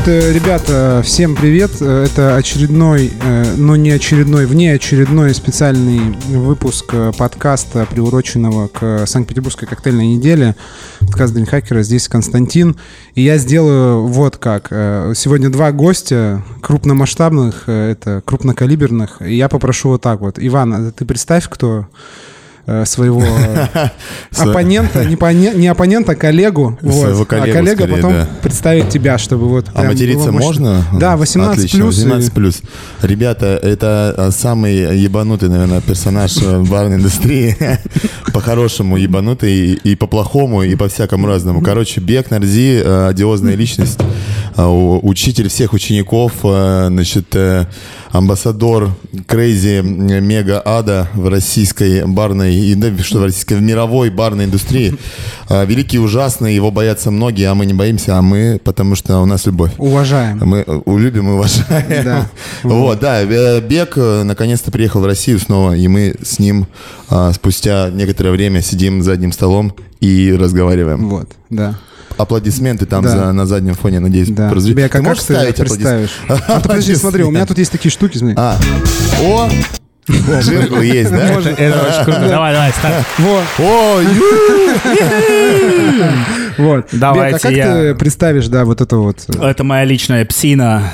Ребята, всем привет. Это очередной, но не очередной, внеочередной специальный выпуск подкаста, приуроченного к Санкт-Петербургской коктейльной неделе. Подкаст День хакера. Здесь Константин. И я сделаю вот как. Сегодня два гостя крупномасштабных, это крупнокалиберных. И я попрошу вот так вот. Иван, ты представь, кто... своего оппонента, не оппонента, а коллегу. Своего коллегу, а коллега скорее, потом да. представит тебя, чтобы вот... А материться можно? Да, 18+. Отлично, 18+. Ребята, это самый ебанутый, наверное, персонаж барной индустрии. По-хорошему ебанутый, и по-плохому, и по-всякому разному. Короче, Бек Нарзи, одиозная личность, учитель всех учеников, значит, амбассадор крейзи мега ада в российской барной, в мировой барной индустрии. Великий и ужасный, его боятся многие, а мы не боимся, потому что у нас любовь. Уважаем. Мы любим и уважаем. Да. Вот, да, Бек наконец-то приехал в Россию снова, и мы с ним спустя некоторое время сидим за одним столом и разговариваем. Вот, да. Аплодисменты там на заднем фоне, надеюсь, прозвучат. Бек, как ты представишь? Подожди, смотри, у меня тут есть такие штуки, смотри. О! Джингл есть, да? Это очень круто. Давай, старт. Вот. Давайте. Бек, а как ты представишь, да, вот это вот? Это моя личная псина.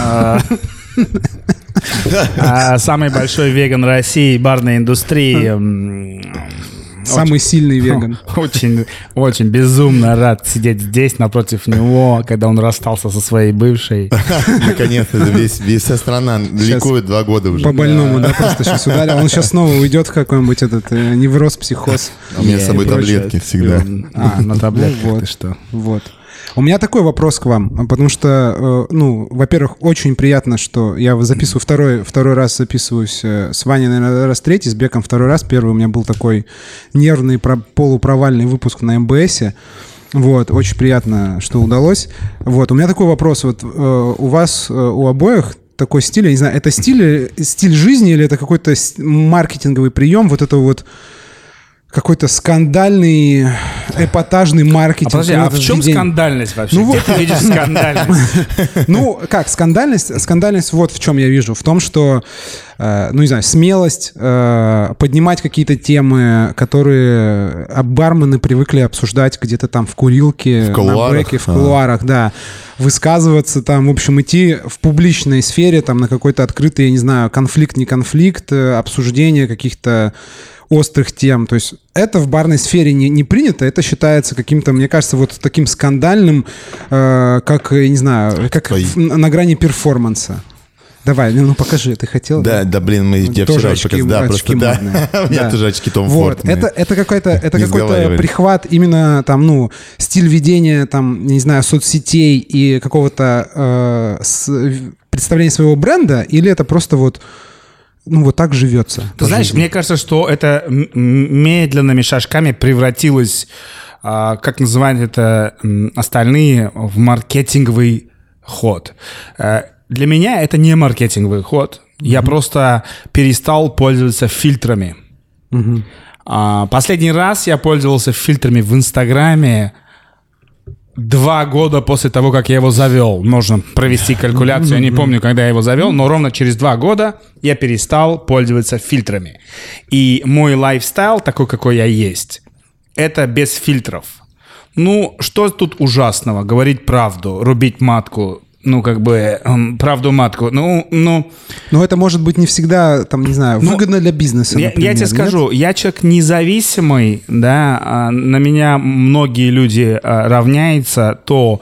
Самый большой веган России, барной индустрии. Самый сильный веган. Очень безумно рад сидеть здесь напротив него, когда он расстался со своей бывшей. Наконец-то вся страна ликует 2 года уже. По-больному, да, просто сейчас ударил. Он сейчас снова уйдет в какой-нибудь этот невроз, психоз. У меня с собой таблетки всегда. На таблетках ты что? Вот. У меня такой вопрос к вам, потому что, во-первых, очень приятно, что я записываю второй раз записываюсь с Ваней, наверное, раз третий, с Беком второй раз. Первый у меня был такой нервный, полупровальный выпуск на МБСе. Вот, очень приятно, что удалось. Вот, у меня такой вопрос. Вот у вас, у обоих такой стиль, я не знаю, это стиль жизни или это какой-то маркетинговый прием, вот это вот какой-то скандальный, эпатажный маркетинг. Подожди, а в чем скандальность вообще? Где ты видишь скандальность? Скандальность вот в чем я вижу. В том, что, смелость, поднимать какие-то темы, которые бармены привыкли обсуждать где-то там в курилке, на бреке, в кулуарах, да. Высказываться там, в общем, идти в публичной сфере, там, на какой-то открытый, я не знаю, конфликт, не конфликт, обсуждение каких-то острых тем. То есть это в барной сфере не принято, это считается каким-то, мне кажется, вот таким скандальным, как, я не знаю, как на грани перформанса. Давай, покажи, ты хотел? Да, блин, я вчера показал, да, просто да. У меня тоже очки Том Форд. Это какой-то прихват именно там, стиль ведения, там, не знаю, соцсетей и какого-то представления своего бренда, или это просто вот так живется. Ты знаешь, мне кажется, что это медленными шажками превратилось, как называют это остальные, в маркетинговый ход. Для меня это не маркетинговый ход. Я просто перестал пользоваться фильтрами. Последний раз я пользовался фильтрами в Инстаграме 2 года после того, как я его завел. Можно провести калькуляцию. Я не помню, когда я его завел, но ровно через 2 года я перестал пользоваться фильтрами. И мой лайфстайл, такой, какой я есть, это без фильтров. Что тут ужасного? Говорить правду, рубить матку. Правду матку. Но это может быть не всегда, там, не знаю, выгодно для бизнеса, например. Я тебе скажу, я человек независимый, да, на меня многие люди равняются, то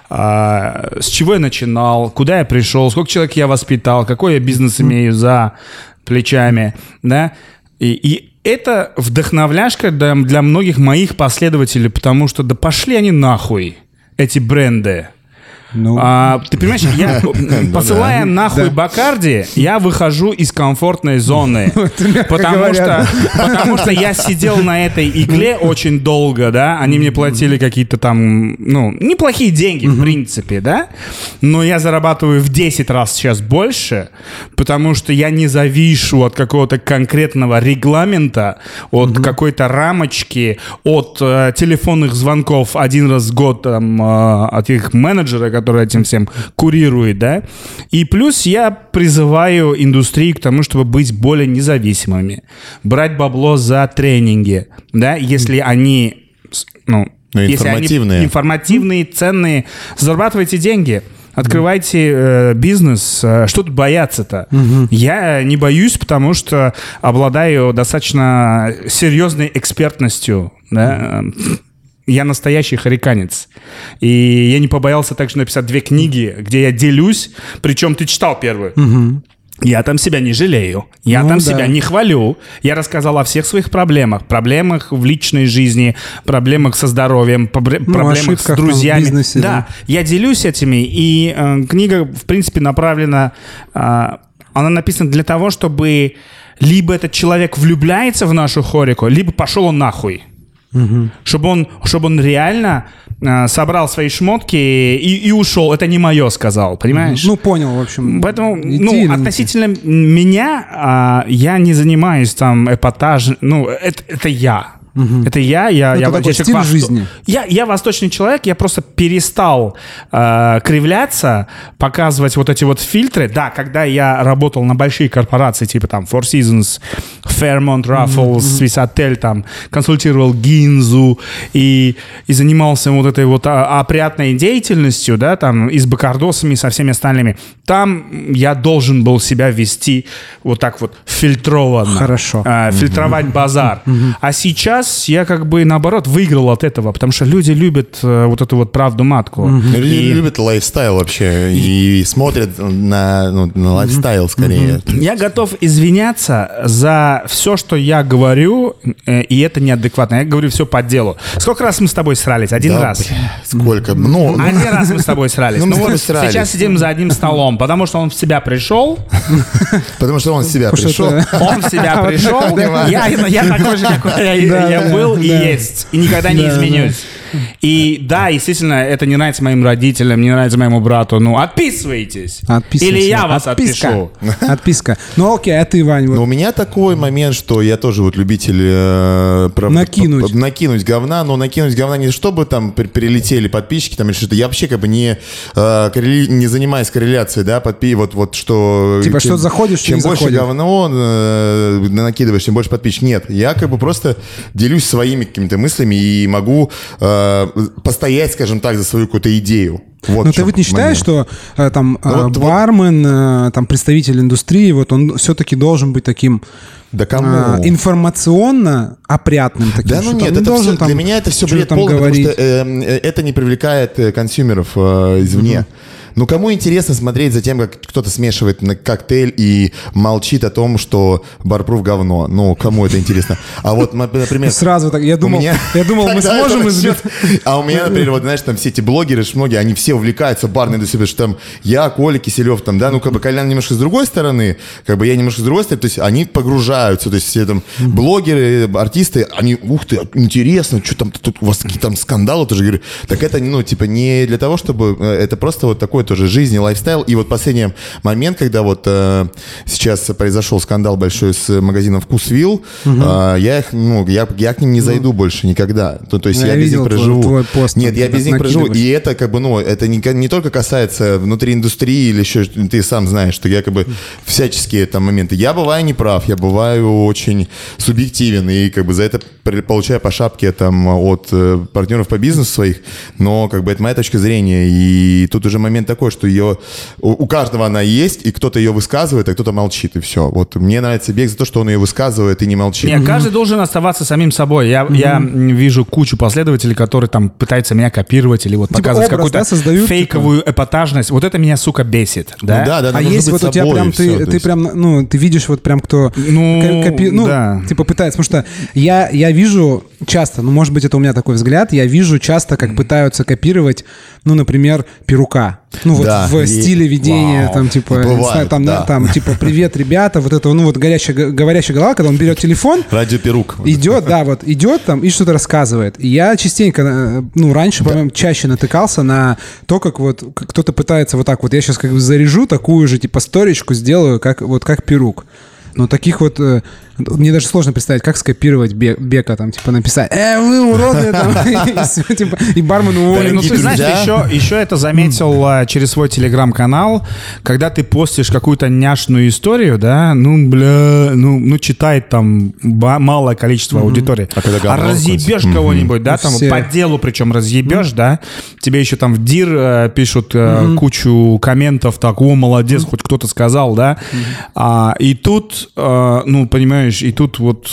с чего я начинал, куда я пришел, сколько человек я воспитал, какой я бизнес имею за плечами, да, и это вдохновляшка для многих моих последователей, потому что да пошли они нахуй, эти бренды. Ты понимаешь, я, посылая нахуй Бакарди, я выхожу из комфортной зоны. Потому что я сидел на этой игле очень долго, да. Они мне платили какие-то там, неплохие деньги, в принципе, да. Но я зарабатываю в 10 раз сейчас больше, потому что я не завишу от какого-то конкретного регламента, от какой-то рамочки, от телефонных звонков 1 раз в год там, от их менеджера, который этим всем курирует, да. И плюс я призываю индустрию к тому, чтобы быть более независимыми, брать бабло за тренинги, да, если они, информативные, ценные, зарабатывайте деньги. Открывайте бизнес. Что тут бояться-то? Я не боюсь, потому что обладаю достаточно серьезной экспертностью. Да? Я настоящий хариканец. И я не побоялся также написать 2 книги, где я делюсь. Причем ты читал первую. Я там себя не жалею, я себя не хвалю. Я рассказал о всех своих проблемах. Проблемах в личной жизни, проблемах со здоровьем, проблемах с друзьями. Бизнесе, да, я делюсь этими. И книга, в принципе, направлена... она написана для того, чтобы либо этот человек влюбляется в нашу хорику, либо пошел он нахуй. Чтобы он реально собрал свои шмотки и ушел. Это не мое, сказал, понимаешь? Понял, в общем. Поэтому, относительно меня, я не занимаюсь там эпатажем. Это я. Это я такой стиль жизни. Я восточный человек, я просто перестал кривляться, показывать вот эти вот фильтры. Да, когда я работал на большие корпорации, типа там Four Seasons, Fairmont, Raffles, Swiss Hotel, там, консультировал Гинзу и занимался вот этой вот опрятной деятельностью, да, там, и с бакардосами, со всеми остальными. Там я должен был себя вести вот так вот фильтрованно. Хорошо. Фильтровать базар. А сейчас я как бы наоборот выиграл от этого, потому что люди любят вот эту вот правду матку. Люди любят лайфстайл вообще и смотрят на лайфстайл скорее. Я готов извиняться за все, что я говорю, и это неадекватно. Я говорю все по делу. Сколько раз мы с тобой срались? Один раз. Сколько? Один раз мы с тобой срались. Сейчас сидим за одним столом, потому что он в себя пришел. Потому что он в себя пришел. Он в себя пришел. Я такой же, какой я был и есть. И никогда не изменюсь. И да, естественно, это не нравится моим родителям, не нравится моему брату. Отписывайтесь. Или я вас отпишу. Отписка. Окей, а ты, Вань? У меня такой момент, что я тоже вот любитель накинуть говна, но накинуть говна не чтобы там прилетели подписчики там или что-то. Я вообще как бы не занимаюсь корреляцией, да, вот что... Типа, что заходишь, чем больше говно накидываешь, тем больше подписчиков. Нет, я как бы просто делюсь своими какими-то мыслями и могу постоять, скажем так, за свою какую-то идею. Но ты вот не считаешь, что бармен, там, представитель индустрии, вот он все-таки должен быть таким информационно опрятным таким? Да, нет, это все, для меня это все бред полный, потому что это не привлекает консюмеров извне. Кому интересно смотреть за тем, как кто-то смешивает коктейль и молчит о том, что барпруф говно? Кому это интересно? А вот, например... Сразу так, я думал, мы сможем избить. А у меня, например, вот знаешь, там все эти блогеры, многие, они все увлекаются барной индустрией, что там я, Коля Киселев, там, да, Колян немножко с другой стороны, как бы я немножко с другой стороны, то есть они погружаются, то есть все там блогеры, артисты, они, ух ты, интересно, что там, тут у вас какие-то там скандалы тоже, говорю, так это, не для того, чтобы, это просто вот такой тоже жизнь и лайфстайл. И вот последний момент, когда вот сейчас произошел скандал большой с магазином «Вкусвилл», я к ним не зайду больше никогда. То есть я без них проживу. Твой пост. Нет, я без них проживу. И это как бы, это не только касается внутри индустрии или еще, ты сам знаешь, что я как бы всяческие там моменты. Я бываю неправ, я бываю очень субъективен и как бы за это получаю по шапке там от партнеров по бизнесу своих, но как бы это моя точка зрения. И тут уже момент такой, что у каждого она есть, и кто-то ее высказывает, а кто-то молчит, и все. Вот мне нравится Бег за то, что он ее высказывает и не молчит. Нет, каждый должен оставаться самим собой. Я вижу кучу последователей, которые там пытаются меня копировать или вот типа показывать какую-то фейковую эпатажность. Вот это меня, сука, бесит. Да? А есть вот у тебя прям, ты прям, ты видишь вот прям кто типа пытается, потому что я вижу часто, может быть, это у меня такой взгляд, я вижу часто, как пытаются копировать, например, Перука. В стиле ведения, там, типа, бывает, там, типа, привет, ребята, вот это, говорящая голова, когда он берет телефон, радио Перук. Идет там и что-то рассказывает. И я частенько, раньше, по-моему, чаще натыкался на то, как вот кто-то пытается вот так вот, я сейчас как бы заряжу такую же, типа, сторичку сделаю, как Перук. Но таких вот Мне даже сложно представить, как скопировать Бека, там, типа, написать вы уроды, там, и бармен уволен. Ну, ты знаешь, еще это заметил через свой телеграм-канал, когда ты постишь какую-то няшную историю, да, ну, читает там малое количество аудитории. А разъебешь кого-нибудь, да, там, по делу причем разъебешь, да, тебе еще там в ДИР пишут кучу комментов, так, молодец, хоть кто-то сказал, да, и тут, ну, понимаешь, и тут вот,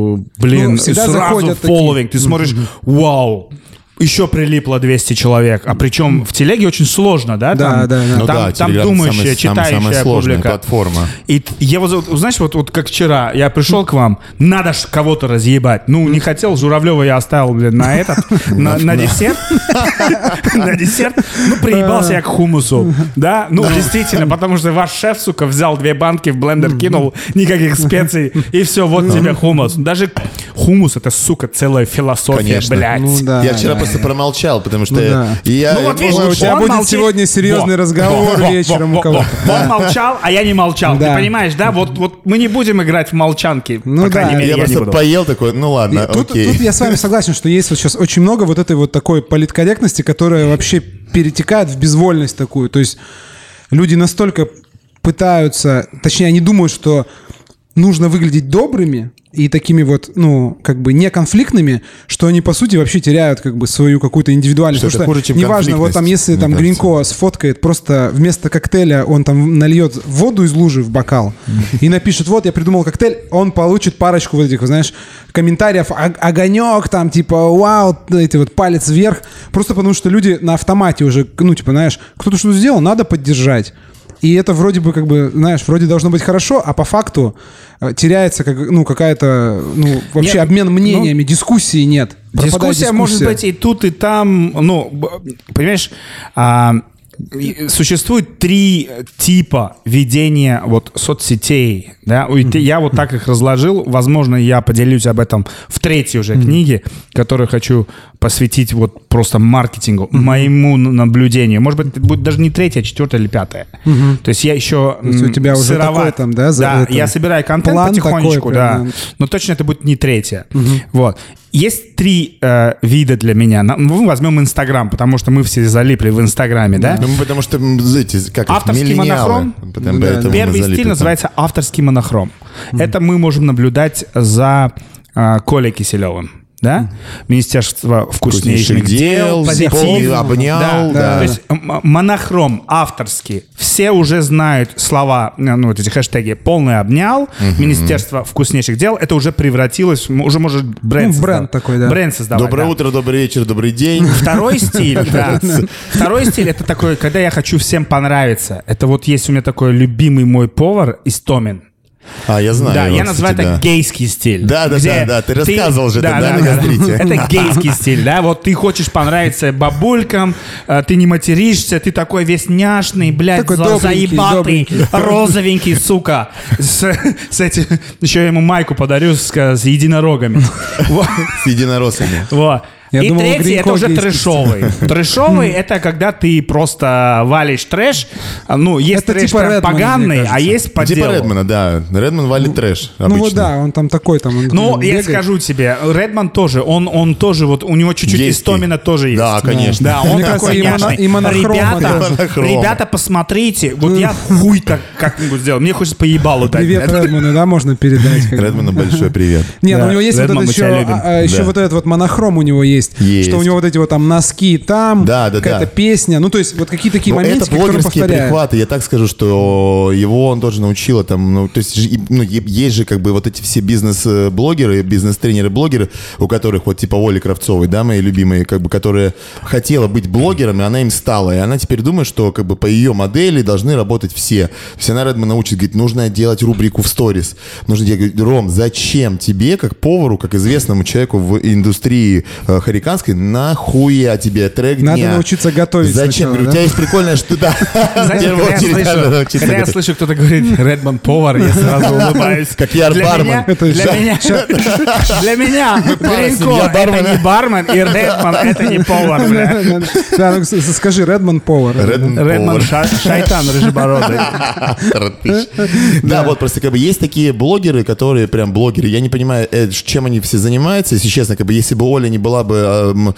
сразу фолловинг, ты смотришь, вау, еще прилипло 200 человек. А причем в телеге очень сложно, да? Да. Там думающая, читающая публика. Платформа. И я вот, знаешь, вот как вчера, я пришел к вам, надо ж кого-то разъебать. Ну, не хотел, Журавлева я оставил, на десерт. На десерт. Ну, приебался я к хумусу. Да? Ну, действительно, потому что ваш шеф, сука, взял 2 банки, в блендер кинул, никаких специй, и все, вот тебе хумус. Даже хумус — это, сука, целая философия, блядь. Я вчера просто промолчал, потому что у тебя будет сегодня серьезный разговор вечером у кого-то. Он молчал, а я не молчал. Ты понимаешь, да? Вот мы не будем играть в молчанки. По крайней мере, я просто поел такой, ну ладно, окей. Тут я с вами согласен, что есть вот сейчас очень много вот этой вот такой политкорректности, которая вообще перетекает в безвольность такую. То есть люди настолько пытаются, точнее, они думают, что нужно выглядеть добрыми и такими вот, ну, как бы неконфликтными, что они, по сути, вообще теряют как бы свою какую-то индивидуальность. Что-то хуже, чем неважно, вот там, если там Гринько сфоткает, просто вместо коктейля он там нальет воду из лужи в бокал и напишет, вот, я придумал коктейль, он получит парочку вот этих, знаешь, комментариев, огонек, там, типа, вау, эти вот палец вверх, просто потому что люди на автомате уже, ну, типа, знаешь, кто-то что-то сделал, надо поддержать. И это вроде бы, как бы, знаешь, вроде должно быть хорошо, а по факту теряется, какая-то, вообще обмен мнениями, дискуссии нет. Дискуссия может быть и тут, и там, понимаешь, существует 3 типа ведения вот соцсетей, да, я вот так их разложил, возможно, я поделюсь об этом в 3-й уже книге, которую хочу посвятить вот просто маркетингу, моему наблюдению, может быть, это будет даже не 3-я, а 4-я или 5-я, то есть я еще у тебя уже такой там, да? Да, я собираю контент потихонечку, да, но точно это будет не 3-я, вот. Есть 3 вида для меня. Мы возьмем Инстаграм, потому что мы все залипли в Инстаграме, да? Ну, потому что, знаете, как авторский монохром. Первый стиль называется авторский монохром. Это мы можем наблюдать за Колей Киселевым. Да? Министерство вкуснейших дел, позитив, обнял. Да. То есть монохром авторский. Все уже знают слова, вот эти хэштеги «полный обнял», «Министерство вкуснейших дел». Это уже превратилось, уже может бренд такой, да. Бренд создавать. Доброе утро, добрый вечер, добрый день. Второй стиль, да. Второй стиль — это такой, когда я хочу всем понравиться. Это вот есть у меня такой любимый мой повар Истомин. Я знаю. Да, я называю это гейский стиль. Да, ты рассказывал же это, на гастрите. Это гейский стиль, да, вот ты хочешь понравиться бабулькам, ты не материшься, ты такой весь няшный, блядь, заебатый, розовенький, сука, с этим, еще я ему майку подарю с единорогами. С единороссами. Вот. И 3-й — это уже трэшовый. Трэшовый — это когда ты просто валишь трэш. Ну, есть это трэш типа прям Редмана, поганый, а есть по делу. Типа Редмана, да. Редман валит трэш обычно. Ну вот да, он там такой. Ну, я скажу тебе, Редман тоже, он тоже, вот, у него чуть-чуть Истомина тоже есть. Да, конечно. Да, он такой няшный. Ребята, посмотрите, вот я хуй так как-нибудь сделал. Мне хочется поебалу дать. Привет Редману, да, можно передать. Редману большой привет. Не, у него есть вот это еще вот этот вот монохром у него есть. Что у него вот эти вот там носки там, какая-то песня. Ну, то есть вот какие-то такие моменты, которые повторяют. Это блогерские прихваты. Я так скажу, что его он тоже научил там, то есть есть же как бы вот эти все бизнес-блогеры, бизнес-тренеры-блогеры, у которых вот типа Оли Кравцовой, да, мои любимые, как бы, которая хотела быть блогером, и она им стала. И она теперь думает, что как бы по ее модели должны работать все. То есть она Редмана учит, говорит, нужно делать рубрику в сторис. Нужно делать, говорит, Ром, зачем тебе, как повару, как известному человеку в индустрии Хариканской, нахуя тебе трек дня? Надо научиться готовить. Зачем? Сначала, у тебя есть прикольная штука. Когда я слышу, кто-то говорит Redmond повар, я сразу улыбаюсь. Как я бармен. Для меня Гринько это не бармен, и Redmond это не повар, бля. Да, скажи, Redmond повар. Redmond шайтан рыжебородый. Да, вот просто как бы есть такие блогеры, которые прям блогеры. Я не понимаю, чем они все занимаются, если честно. Как бы если бы Оля не была бы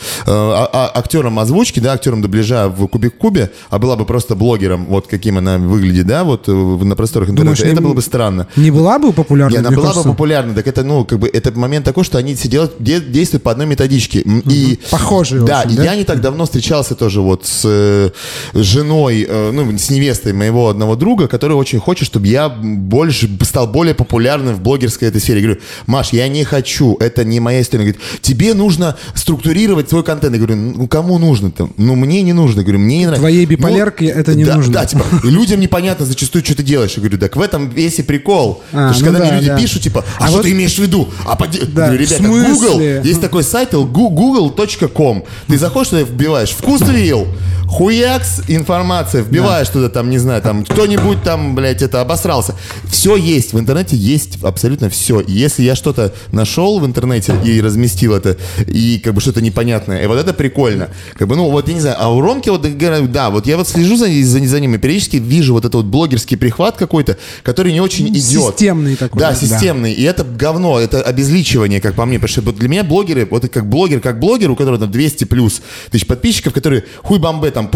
актером озвучки, да, актером дубляжа в Кубик-Кубе, а была бы просто блогером, вот каким она выглядит, да, вот на просторах интернета, это было бы странно. Не была бы популярна? Она была бы популярна, так это, ну, как бы, это момент такой, что они все действуют по одной методичке. И, похожие. Да, очень, и я не так давно встречался тоже вот с женой, ну, с невестой моего одного друга, который очень хочет, чтобы я стал более популярным в блогерской этой сфере. Я говорю, Маш, я не хочу, это не моя история. Она говорит, тебе нужно структурировать свой контент. Я говорю, ну, кому нужно-то? Ну, мне не нужно. Я говорю, мне не нравится. Твоей биполярке это не нужно. Да, типа, людям непонятно зачастую, что ты делаешь. Я говорю, так в этом весь и прикол. Потому что когда мне люди пишут, типа, что вот ты имеешь в виду? Я говорю, ребята, Google, есть такой сайт google.com. Ты заходишь туда и вбиваешь «Вкусвилл», хуякс, информация, вбиваешь туда, там, не знаю, там, кто-нибудь там, блядь, это обосрался. Все есть, в интернете есть абсолютно все. И если я что-то нашел в интернете и разместил это, и как бы что-то непонятное, и вот это прикольно. Как бы, ну, вот, я не знаю, а у Ромки, вот, да, вот я вот слежу за ним и периодически вижу вот этот вот блогерский прихват какой-то, который не очень идет. Системный такой. Да, системный. И это говно, это обезличивание, как по мне. Потому что для меня блогеры, вот как блогер, у которого там 200 плюс тысяч подписчиков, которые хуй бомбе, там,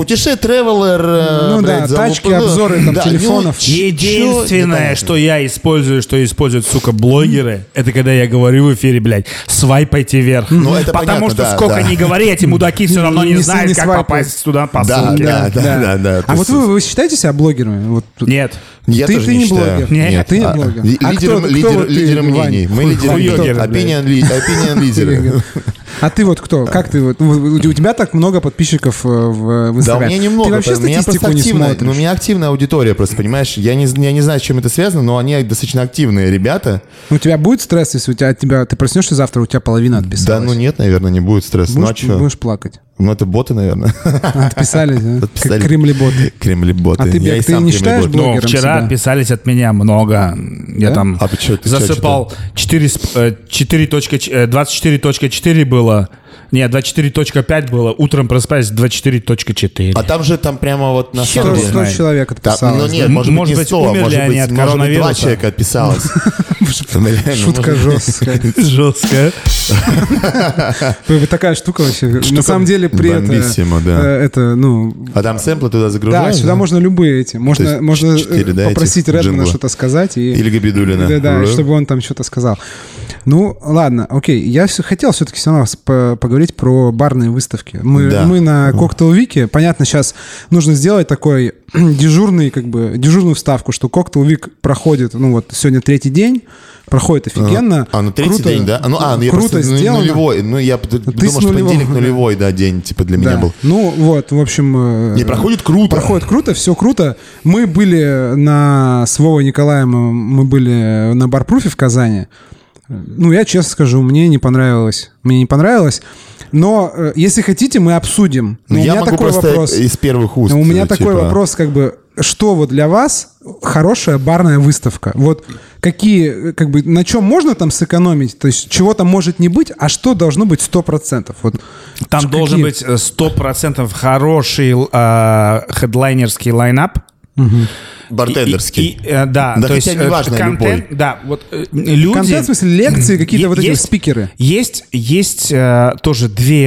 тревелер, ну да, тачки, обзоры там, телефонов. Единственное, что я использую, что используют, сука, блогеры, это когда я говорю в эфире, блядь, свайпайте вверх. Ну, это потому понятно, что да, сколько ни говори, эти мудаки все равно не знают, как свайпают. попасть туда по Да, ссылке. да. А вот вы считаете себя блогерами? Вот, Нет. Я ты тоже не считаю. блогер. Нет. Ты не блогер. Лидеры мнений. Мы лидеры. Opinion лидеры. А ты вот кто? Как ты вот? У тебя так много подписчиков в Инстаграме. Да, у меня немного. Ты вообще статистику не смотришь? Ну, у меня активная аудитория, просто, понимаешь? Я не знаю, с чем это связано, но они достаточно активные ребята. У тебя будет стресс, если ты проснешься завтра, у тебя половина отписалась? Да, ну нет, наверное, не будет стресса. Будешь плакать. Ну, это боты, наверное. Отписались, да? Как Кремли-боты. Кремли-боты. А ты не считаешь блогером себя? Вчера отписались от меня много. Я там засыпал 24.4 было. Нет, 24.5 было. Утром просыпаюсь 24.4. А там же прямо вот на самом деле... 100 человек отписалось. Ну нет, может быть, не 100, умерли они от коронавируса. 2 человека отписалось. Шутка жесткая. Жесткая. Такая штука вообще. На самом деле при этом... А там сэмплы туда загружают? Да, сюда можно любые эти. Можно попросить Редмана что-то сказать. Или Габидуллина. Да, чтобы он там что-то сказал. Ну, ладно, окей. Я хотел все-таки все равно поговорить про барные выставки. Мы на Cocktail Week. Понятно, сейчас нужно сделать такой дежурную вставку, что Cocktail Week проходит, ну вот сегодня 3-й день, проходит офигенно. Ну 3-й день, да? Круто сделано. Нулевой. Ну, я думал, что понедельник нулевой, да, день, типа, для меня был. Ну, вот, в общем... Не, проходит круто. Проходит круто, все круто. Мы были с Вовой Николаем, мы были на Барпруфе в Казани. Ну, я честно скажу, мне не понравилось. Но если хотите, мы обсудим. Но я могу просто вопрос, из первых уст. У меня такой вопрос, как бы, что вот для вас хорошая барная выставка? Вот какие, как бы, на чем можно там сэкономить? То есть чего там может не быть, а что должно быть 100%? Вот, там должен быть 100% хороший хедлайнерский лайнап. Угу. Бартендерский. Да, то есть неважно, контент, любой. Да, вот люди... Контент, в смысле, лекции, какие-то вот эти спикеры. Есть тоже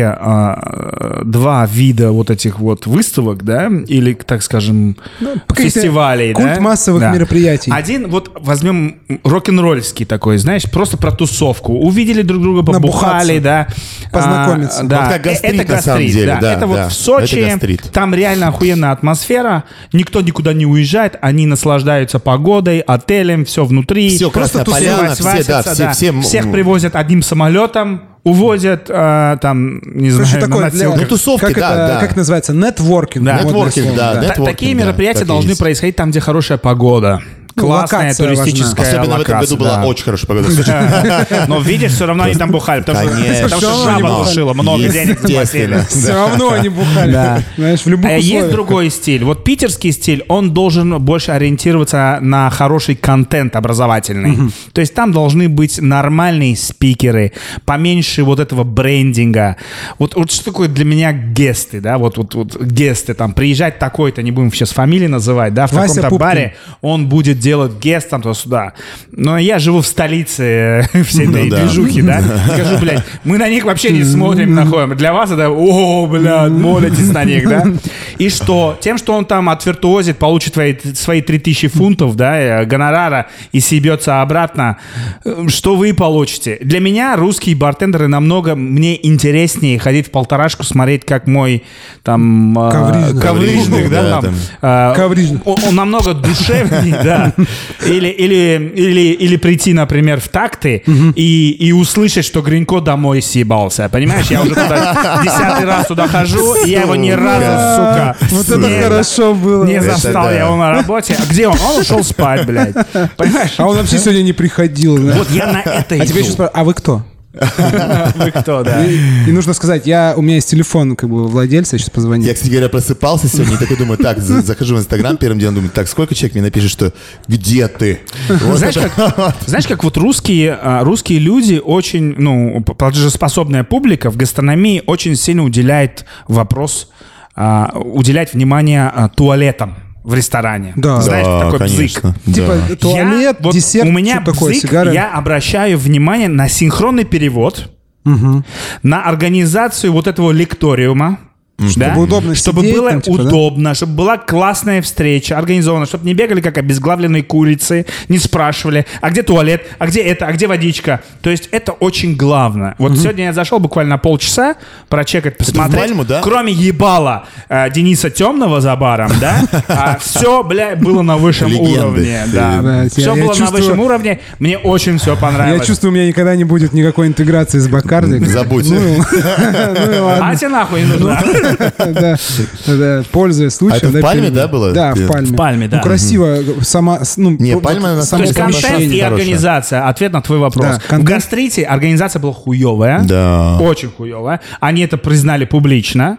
два вида вот этих вот выставок, да, или, так скажем, фестивалей. Культ массовых мероприятий. Один, вот возьмем рок-н-ролльский такой, знаешь, просто про тусовку. Увидели друг друга, побухали, да. Познакомиться. Да. Вот как гастрит, это на самом деле. Да. Это вот в Сочи, там реально охуенная атмосфера, никто никуда не уезжает, они наслаждаются погодой, отелем, все внутри. Все, просто тусуются, всех привозят одним самолетом, увозят, там, не знаю, такое тусовки, как это называется? Нетворкинг. Нетворкинг, да. Такие мероприятия должны происходить там, где хорошая погода. классная туристическая особенно локация. в этом году была очень хорошая погода. Но видишь, все равно они там бухали, потому что жаба душила, много денег заплатили. Все равно они бухали. Знаешь, в любых условиях. Есть другой стиль. Вот питерский стиль, он должен больше ориентироваться на хороший контент образовательный. То есть там должны быть нормальные спикеры, поменьше вот этого брендинга. Вот что такое для меня гесты, да? Вот гесты там, приезжать такой-то, не будем сейчас фамилии называть, да, в таком-то баре, он будет делать гест там туда-сюда. Но я живу в столице всей этой движухи, да? Скажу, блядь, мы на них вообще не смотрим, находим. Для вас это, блядь, молитесь на них, да? И что? Тем, что он там отвиртуозит, получит свои 3000 фунтов, да, гонорара и съебется обратно, что вы получите? Для меня русские бартендеры намного мне интереснее ходить в полторашку, смотреть, как мой там коврижник, да, там, он намного душевнее, да. Или прийти, например, в такты и услышать, что Гринько домой съебался. Понимаешь, я уже туда 10-й раз туда хожу, и я его ни разу, сука, вот это хорошо было. Не застал я его на работе. А где он? Он ушел спать, блядь. Понимаешь? А он вообще сегодня не приходил. Вот я на это иду. А тебе еще спрашивают, а вы кто? Вы кто, да? И нужно сказать, у меня есть телефон как бы владельца, я сейчас позвоню. Я, кстати говоря, просыпался сегодня и такой думаю, так, захожу в Инстаграм первым делом, думаю, так, сколько человек мне напишет, что где ты? Знаешь, как вот русские люди очень, платежеспособная публика в гастрономии очень сильно уделяет внимание туалетам в ресторане. Да. Знаешь, такой конечно. бзык. Типа туалет, десерт, у меня что такое, бзык, сигары. я обращаю внимание на синхронный перевод, на организацию вот этого лекториума, Чтобы удобно чтобы сидеть, было там, типа, удобно, чтобы была классная встреча, организована, чтобы не бегали как обезглавленные курицы, не спрашивали, а где туалет, а где это, а где водичка. То есть это очень главное. Вот сегодня я зашел буквально на полчаса прочекать, посмотреть. Пальму, да? Кроме ебала Дениса Темного за баром, да, все, бля, было на высшем уровне. Да. Все было на высшем уровне. Мне очень все понравилось. Я чувствую, у меня никогда не будет никакой интеграции с Бакарди. Забудь. А тебе нахуй не нужна. Да, пользуясь случаем. А это в Пальме, да, было? Да, в Пальме. В Пальме, да. Ну, красиво. Не, Пальма на То есть контент и организация. Ответ на твой вопрос. В Гастрите организация была хуевая. Да. Очень хуевая. Они это признали публично.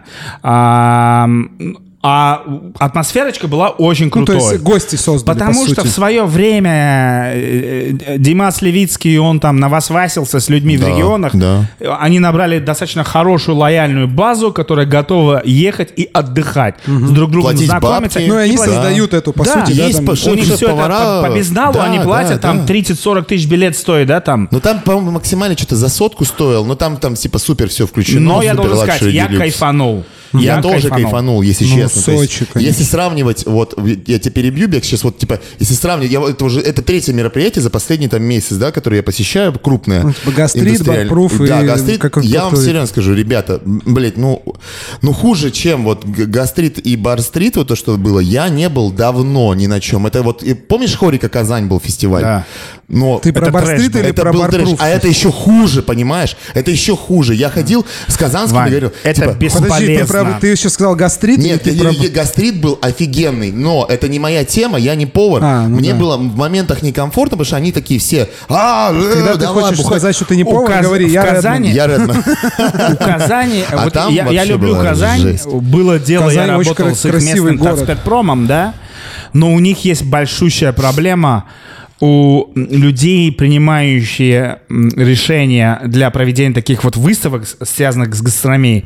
А атмосферочка была очень крутой. То есть гости создали, потому что в свое время Димас Левицкий, он там навосвасился с людьми в регионах. Да. Они набрали достаточно хорошую лояльную базу, которая готова ехать и отдыхать. С друг другом Платить знакомиться. бабки. Ну, и они создают эту, по сути, да, есть там, У них все это по безналу, они платят, там 30-40 тысяч билет стоит, да, там. Ну там, по-моему, максимально что-то за 100 стоил, но там типа супер все включено. Но я должен сказать, я кайфанул. Я тоже кайфанул, если честно. Сочи, то есть, если сравнивать, вот, я тебя перебью, Бек, сейчас вот, типа, если сравнивать, это третье мероприятие за последний там месяц, да, которое я посещаю, крупное. Ну, типа гастрит, барпруф да, и... гастрит, я вам серьезно скажу, ребята, блядь, ну хуже, чем вот гастрит и барстрит, вот то, что было, я не был давно ни на чем. Это вот, помнишь, Хорика Казань был фестиваль? Да. Но Ты про барстрит или про барпруф? А это еще хуже, понимаешь? Это еще хуже. Я ходил с Казанским и говорил, это типа, бесполезно. Ты еще сказал гастрит? Нет, гастрит был офигенный, но это не моя тема, я не повар. Мне было в моментах некомфортно, потому что они такие все... Когда ты хочешь сказать, что ты не повар, говори, я Редман. У Казани, я люблю Казань, жесть. было дело, я Казань работал с их местным Татспецпромом, да, но у них есть большущая проблема. У людей, принимающие решения для проведения таких вот выставок, связанных с гастрономией,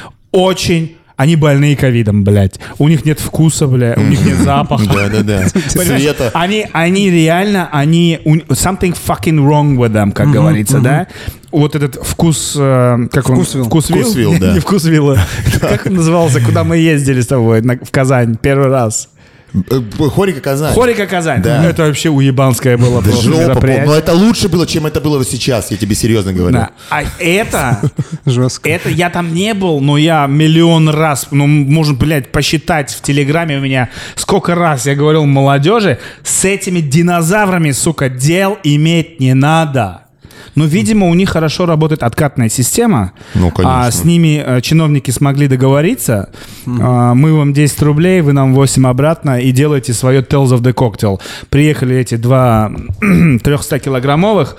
они больные ковидом, блядь. У них нет вкуса, блядь, у них нет запаха. Да. Цвета. Они реально, something fucking wrong with them, как говорится, да? Вот этот вкус... Как он? Вкусвилл, да. Не вкусвилл. Как он назывался, куда мы ездили с тобой в Казань первый раз? Хорика Казань. Хорика Казань. Да. Это вообще уебанское было просто мероприятие. Но это лучше было, чем это было сейчас, я тебе серьезно говорю. Да. А это... Жестко. Это я там не был, но я миллион раз, можно, блядь, посчитать в Телеграме у меня, сколько раз я говорил молодежи, с этими динозаврами, сука, дел иметь не надо. Но, видимо, у них хорошо работает откатная система. Ну, конечно. С ними чиновники смогли договориться. Мы вам 10 рублей, вы нам 8 обратно и делаете свое Tales of the Cocktail. Приехали эти 2 300-килограммовых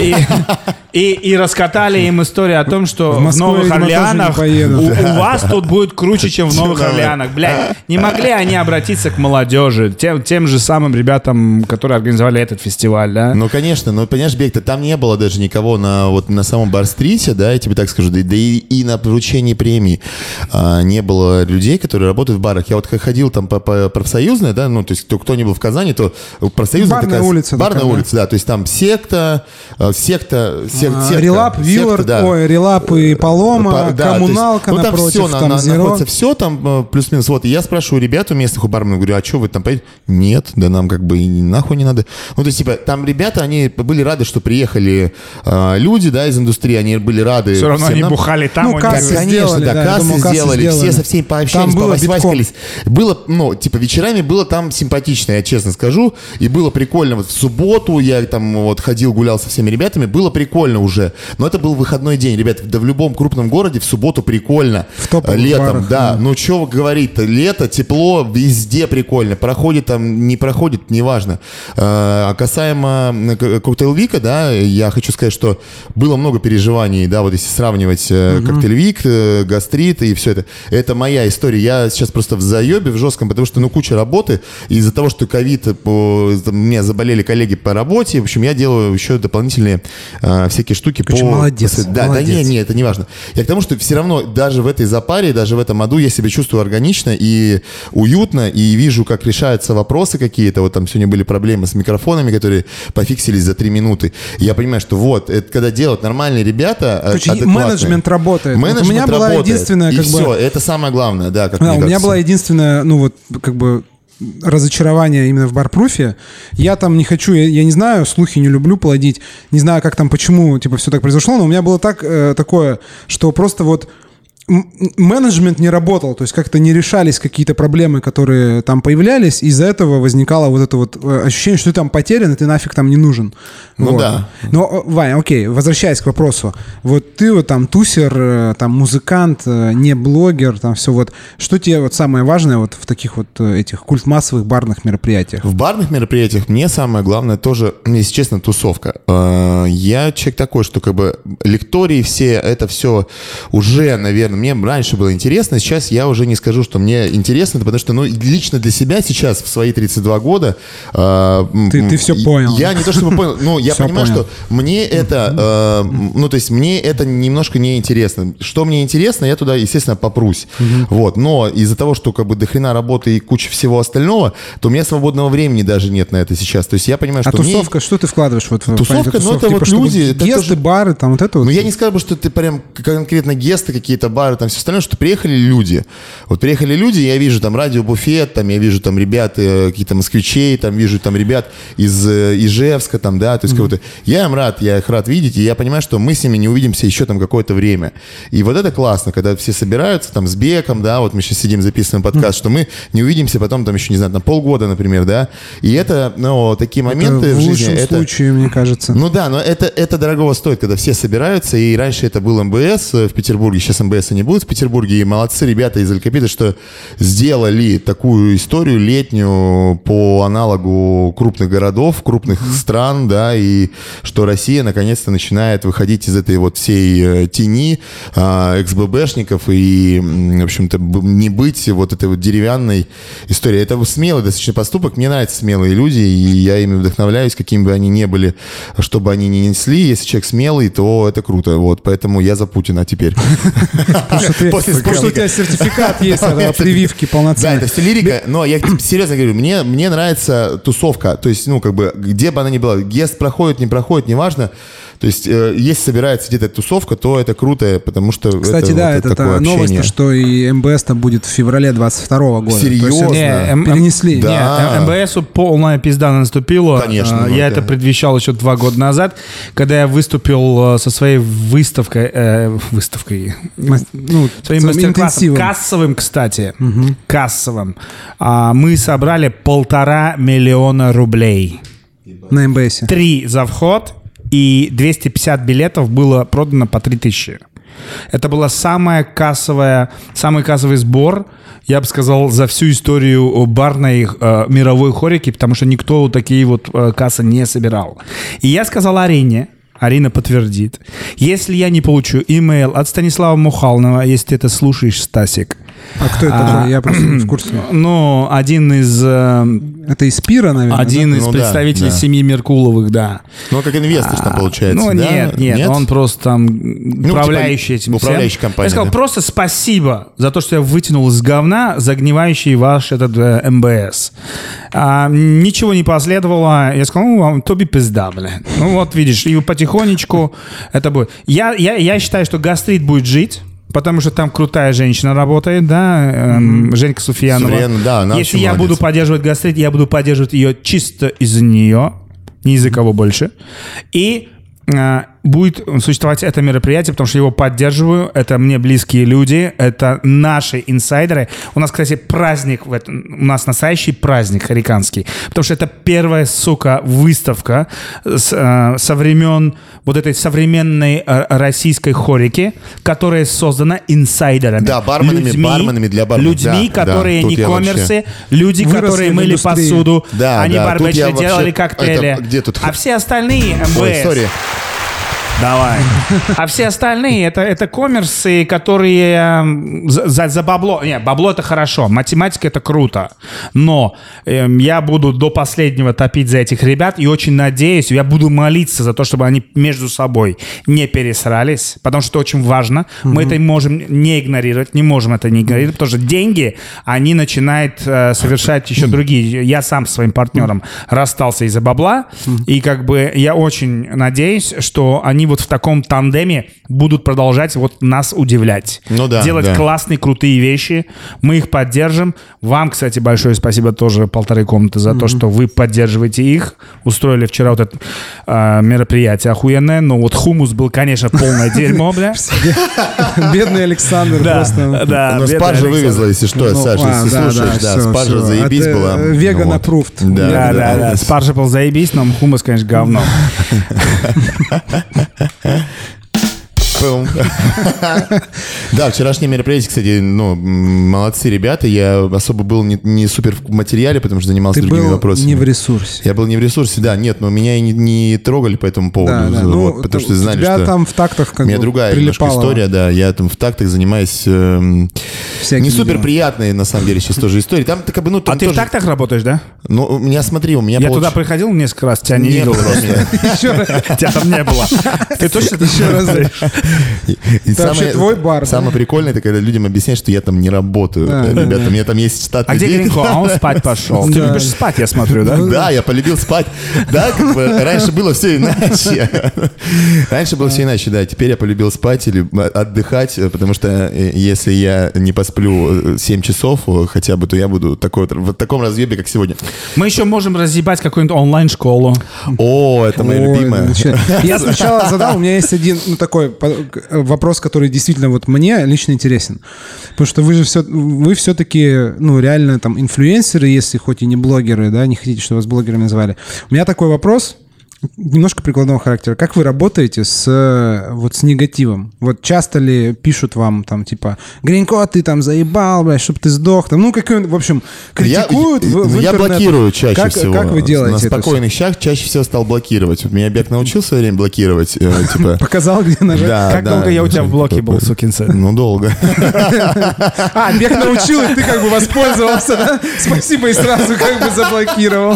и раскатали им историю о том, что в Новых Орлеанах у вас тут будет круче, чем в Новых Орлеанах. Блядь, не могли они обратиться к молодежи, тем же самым ребятам, которые организовали этот фестиваль, да? Ну, конечно, но, понимаешь, Бек, там не было даже никого на самом Бар-стрите, да, я тебе так скажу, да и на вручении премий не было людей, которые работают в барах. Я вот ходил там по профсоюзной, да, ну, то есть кто не был в Казани, то профсоюзная барная такая... улица. Барная улица, да, то есть там секта, Релап, Виллард, да. Релап и Палома, да, коммуналка есть, напротив, там Зеро. находится все там плюс-минус. Вот, и я спрашиваю ребят у местных, у барменов, говорю, а что вы там поедете? Нет, да нам как бы и нахуй не надо. Ну, то есть, типа, там ребята, они были рады, что приехали люди, да, из индустрии, они были рады. Все равно они бухали там. Ну, кассы конечно, сделали, да, кассы сделали, все со всеми пообщались, поваськались. Было, ну, типа, вечерами было там симпатично, я честно скажу, и было прикольно. Вот в субботу я там вот ходил, гулял со всеми ребятами, было прикольно уже. Но это был выходной день, ребят, да в любом крупном городе в субботу прикольно. Летом, барах, да. Ну, что говорить-то, лето, тепло, везде прикольно. Проходит там, не проходит, неважно. Касаемо коктейл-вика, да, я хочу сказать, что было много переживаний, да, вот если сравнивать коктейль-вик, гастрит и все это. Это моя история. Я сейчас просто в заебе, в жестком, потому что, ну, куча работы. Из-за того, что ковид, у меня заболели коллеги по работе, в общем, я делаю еще дополнительные всякие штуки. Молодец. Да, молодец. Да, не, это не важно. Я к тому, что все равно даже в этой запаре, даже в этом аду я себя чувствую органично и уютно, и вижу, как решаются вопросы какие-то. Вот там сегодня были проблемы с микрофонами, которые пофиксились за 3 минуты. И я понимаю, что вот, это когда делают нормальные ребята, адекватные. Менеджмент работает. Менеджмент вот у меня была единственная, и все, это самое главное, да, как мне кажется. У меня была единственная, ну вот, как бы, разочарование именно в Барпруфе. Я там не хочу, я не знаю, слухи не люблю плодить, не знаю, как там, почему, типа, все так произошло, но у меня было такое, что просто вот менеджмент не работал, то есть как-то не решались какие-то проблемы, которые там появлялись, из-за этого возникало вот это вот ощущение, что ты там потерян, и ты нафиг там не нужен. Ну вот. Да. Но, Вань, окей, возвращаясь к вопросу. Вот ты вот там тусер, там музыкант, не блогер, там все вот. Что тебе вот самое важное вот в таких вот этих культмассовых барных мероприятиях? В барных мероприятиях мне самое главное тоже, если честно, тусовка. Я человек такой, что как бы лектории все, это все уже, наверное, мне раньше было интересно, сейчас я уже не скажу, что мне интересно, потому что, ну, лично для себя сейчас, в свои 32 года... Ты все понял. Я не то чтобы понял, но я понимаю, понял. что мне это... ну, то есть мне это немножко неинтересно. Что мне интересно, я туда, естественно, попрусь. Вот, но из-за того, что как бы дохрена работы и куча всего остального, то у меня свободного времени даже нет на это сейчас. То есть я понимаю, что тусовка, что ты вкладываешь вот в тусовка, ну, это типа, вот люди... Гесты, бары, там вот это вот? Ну, я не скажу, что ты прям конкретно гесты, какие-то бары, там все остальное, что приехали люди. Вот приехали люди, я вижу там радиобуфет, там я вижу там ребят, какие-то москвичей, там вижу там ребят из Ижевска, там, да, то есть как-то... Я их рад видеть, и я понимаю, что мы с ними не увидимся еще там какое-то время. И вот это классно, когда все собираются там с Беком, да, вот мы сейчас сидим, записываем подкаст, что мы не увидимся потом там еще, не знаю, там полгода, например, да, и это, ну, такие моменты в жизни... В лучшем случае, мне кажется. Ну да, но это дорогого стоит, когда все собираются, и раньше это был МБС в Петербурге, сейчас МБС не будет в Петербурге, и молодцы ребята из Алькапита, что сделали такую историю летнюю по аналогу крупных городов, крупных стран, да, и что Россия наконец-то начинает выходить из этой вот всей тени ХББшников и, в общем-то, не быть вот этой вот деревянной историей. Это смелый достаточно поступок, мне нравятся смелые люди, и я ими вдохновляюсь, какими бы они ни были, чтобы они не несли. Если человек смелый, то это круто, вот, поэтому я за Путина теперь. Потому что у тебя сертификат есть, прививки полноценные. Да, это все лирика, но я серьезно говорю, мне нравится тусовка, то есть, ну, как бы, где бы она ни была, гест проходит, не проходит, неважно. То есть, если собирается где-то тусовка, то это круто, потому что... Кстати, да, это новость, что и МБС-то будет в феврале 22 года. Серьезно? Перенесли. Да. МБСу полная пизда наступила. Конечно. Я это предвещал еще 2 года назад, когда я выступил со своей выставкой, своим мастер-классом, кассовым, кстати, кассовым. Мы собрали 1,5 миллиона рублей. На МБСе. 3 за вход и 250 билетов было продано по 3000. Это был самый кассовый сбор, я бы сказал, за всю историю барной мировой хорики, потому что никто такие вот кассы не собирал. И я сказал Арине, Арина подтвердит, если я не получу имейл от Станислава Мухалнова, если ты это слушаешь, Стасик. А кто это? Я просто не в курсе. Ну, один из... Это из Пира, наверное? Один из представителей семьи Меркуловых, да. Ну, как инвестор там получается, ну, да? Нет, он просто там управляющий этим управляющий всем. компанией. Я сказал, просто спасибо за то, что я вытянул из говна загнивающий ваш этот МБС. Ничего не последовало. Я сказал, тоби пизда, бля. Ну, вот видишь, и потихонечку это будет. Я считаю, что гастрит будет жить. Потому что там крутая женщина работает, да, Женька Суфьянова. Да, она если я буду поддерживать гастрит, я буду поддерживать ее чисто из-за нее, не из-за кого больше. И будет существовать это мероприятие, потому что его поддерживаю. Это мне близкие люди, это наши инсайдеры. У нас, кстати, праздник, у нас настоящий праздник хориканский, потому что это первая, выставка со времен вот этой современной российской хорики, которая создана инсайдерами. Да, барменами для барменов. Людьми, которые не коммерсы, люди, которые мыли посуду, они барбечили, делали коктейли. А все остальные МБС... Давай. А все остальные это коммерсы, которые за бабло. Не, бабло это хорошо, математика это круто. Но я буду до последнего топить за этих ребят и очень надеюсь, я буду молиться за то, чтобы они между собой не пересрались, потому что это очень важно. Мы это можем не игнорировать, не можем это не игнорировать, потому что деньги, они начинают совершать еще другие. Я сам с своим партнером расстался из-за бабла, и как бы я очень надеюсь, что они вот в таком тандеме будут продолжать вот нас удивлять. Делать классные, крутые вещи. Мы их поддержим. Вам, кстати, большое спасибо тоже «Полторы комнаты» за то, что вы поддерживаете их. Устроили вчера вот это мероприятие охуенное, но вот хумус был, конечно, полное дерьмо, бля. Бедный Александр просто. Но спаржа вывезла, если что, Саша, если слушаешь, да, спаржа заебись была. Веган approved. Да, спаржа был заебись, но хумус, конечно, говно. Да, вчерашнее мероприятие, кстати, молодцы ребята. Я особо был не супер в материале, потому что занимался другими вопросами. Ты был не в ресурсе. Я был не в ресурсе, да, нет, но меня и не трогали по этому поводу. Потому что знали, что... У тебя там в тактах как бы у меня другая немножко история, да. Я там в тактах занимаюсь... Не супер приятные, на самом деле, сейчас тоже истории. Там как бы, а ты в тактах работаешь, да? Ну, у меня, смотри, Я туда приходил несколько раз, тебя не видел просто. Тебя там не было. Ты точно еще раз... Это вообще твой бар. Самое прикольное, это когда людям объясняют, что я там не работаю. Ребята, у меня там есть штат людей. А где Гринько? А он спать пошел. Ты любишь спать, я смотрю, да? Да, я полюбил спать. Да, как бы раньше было все иначе. Раньше было все иначе, да. Теперь я полюбил спать или отдыхать, потому что если я не посплю 7 часов хотя бы, то я буду в таком разъебе, как сегодня. Мы еще можем разъебать какую-нибудь онлайн-школу. О, это моя любимая. Я сначала задал, у меня есть один такой вопрос, который действительно вот мне лично интересен. Потому что вы все-таки, реально там инфлюенсеры, если хоть и не блогеры, да, не хотите, чтобы вас блогерами называли. У меня такой вопрос, немножко прикладного характера. Как вы работаете с негативом? Вот часто ли пишут вам там типа Гринько, ты там заебал, блядь, чтоб ты сдох, там, в общем, критикуют Я блокирую чаще всего. Как вы делаете на спокойных щах чаще всего стал блокировать. Вот меня Бек научил в свое время блокировать. Показал, где нажать. Как долго я у тебя в блоке был, сукин сын? Ну, долго. Бек научил, и ты как бы воспользовался, да? Спасибо, и сразу как бы заблокировал.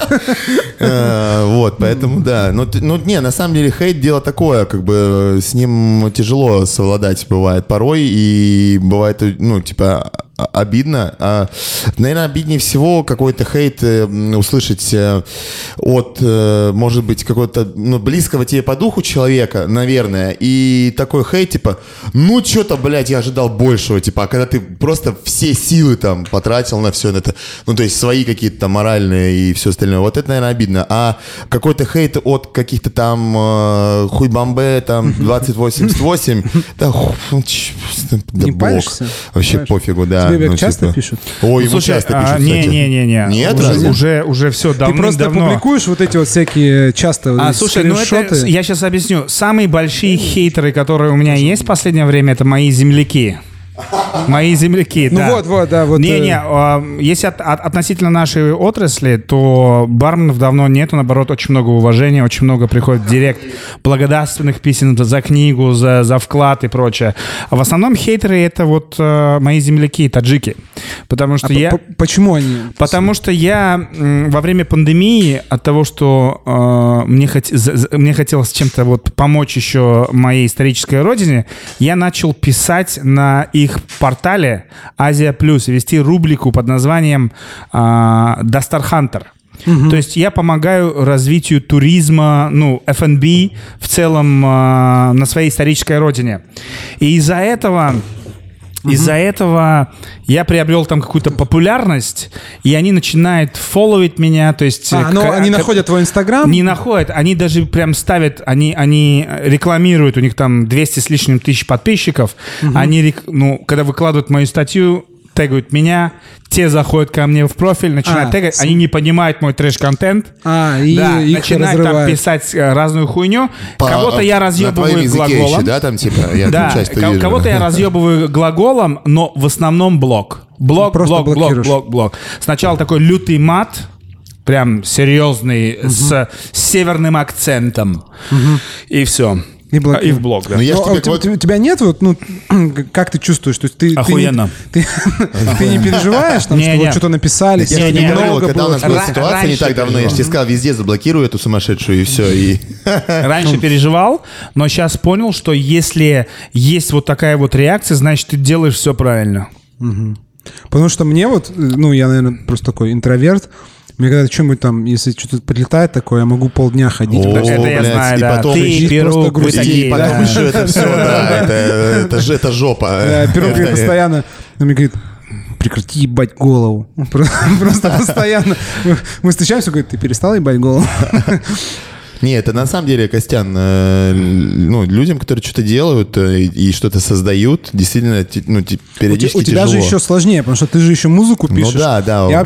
Вот, поэтому да. Не, на самом деле хейт дело такое, как бы с ним тяжело совладать бывает порой, и бывает, обидно. Наверное, обиднее всего какой-то хейт услышать от, может быть, какого-то близкого тебе по духу человека, наверное, и такой хейт, типа, что-то, блядь, я ожидал большего, типа, а когда ты просто все силы там потратил на все это, то есть свои какие-то там моральные и все остальное, вот это, наверное, обидно. А какой-то хейт от каких-то там хуй-бомбе, там, 2088, да, не паришься? Вообще пофигу, да. тебе часто пишут? Ой, ему часто пишут, Не. Нет? Уже все давно. Ты просто публикуешь вот эти вот всякие часто слушай, это, я сейчас объясню. Самые большие хейтеры, которые у меня есть в последнее время, это мои земляки. Мои земляки, да. Если относительно нашей отрасли, то барменов давно нету, наоборот, очень много уважения, очень много приходит в директ благодарственных писем за книгу, за вклад и прочее. А в основном хейтеры — это вот мои земляки, таджики. Потому что почему они? Потому что я во время пандемии от того, что мне хотелось чем-то вот помочь еще моей исторической родине, я начал писать на их портале Азия Плюс, вести рубрику под названием Дастар Хантер. То есть я помогаю развитию туризма, F&B в целом на своей исторической родине. И из-за этого я приобрел там какую-то популярность, и они начинают фолловить меня, то есть... они находят твой Инстаграм? Не находят, они даже прям ставят, они рекламируют, у них там 200 с лишним тысяч подписчиков, они, когда выкладывают мою статью, тегают меня, те заходят ко мне в профиль, начинают тегать, они не понимают мой трэш-контент, начинают там писать разную хуйню, кого-то я разъебываю глаголом. Еще, да, там типа, я часто вижу. Кого-то я разъебываю глаголом, но в основном блок. Блок. Сначала такой лютый мат, прям серьезный, с северным акцентом, и все. И в блог, да. У тебя нет, как ты чувствуешь? То есть охуенно. Ты не переживаешь, что что-то написали? Я не говорил, когда у нас была ситуация не так давно, я же тебе сказал, везде заблокирую эту сумасшедшую, и все. Раньше переживал, но сейчас понял, что если есть вот такая вот реакция, значит, ты делаешь все правильно. Потому что мне я, наверное, просто такой интроверт. Мне когда что-нибудь там, если что-то прилетает такое, я могу полдня ходить. Это я знаю, да. Потом пирог, и потом еще это все, да, это жопа. Да, пирог постоянно мне говорит: прекрати ебать голову. Просто постоянно. Мы встречаемся, говорит: ты перестал ебать голову? Не, это на самом деле, Костян, людям, которые что-то делают и что-то создают, действительно, периодически у тебя тяжело. же еще сложнее, потому что ты же еще музыку пишешь. Да.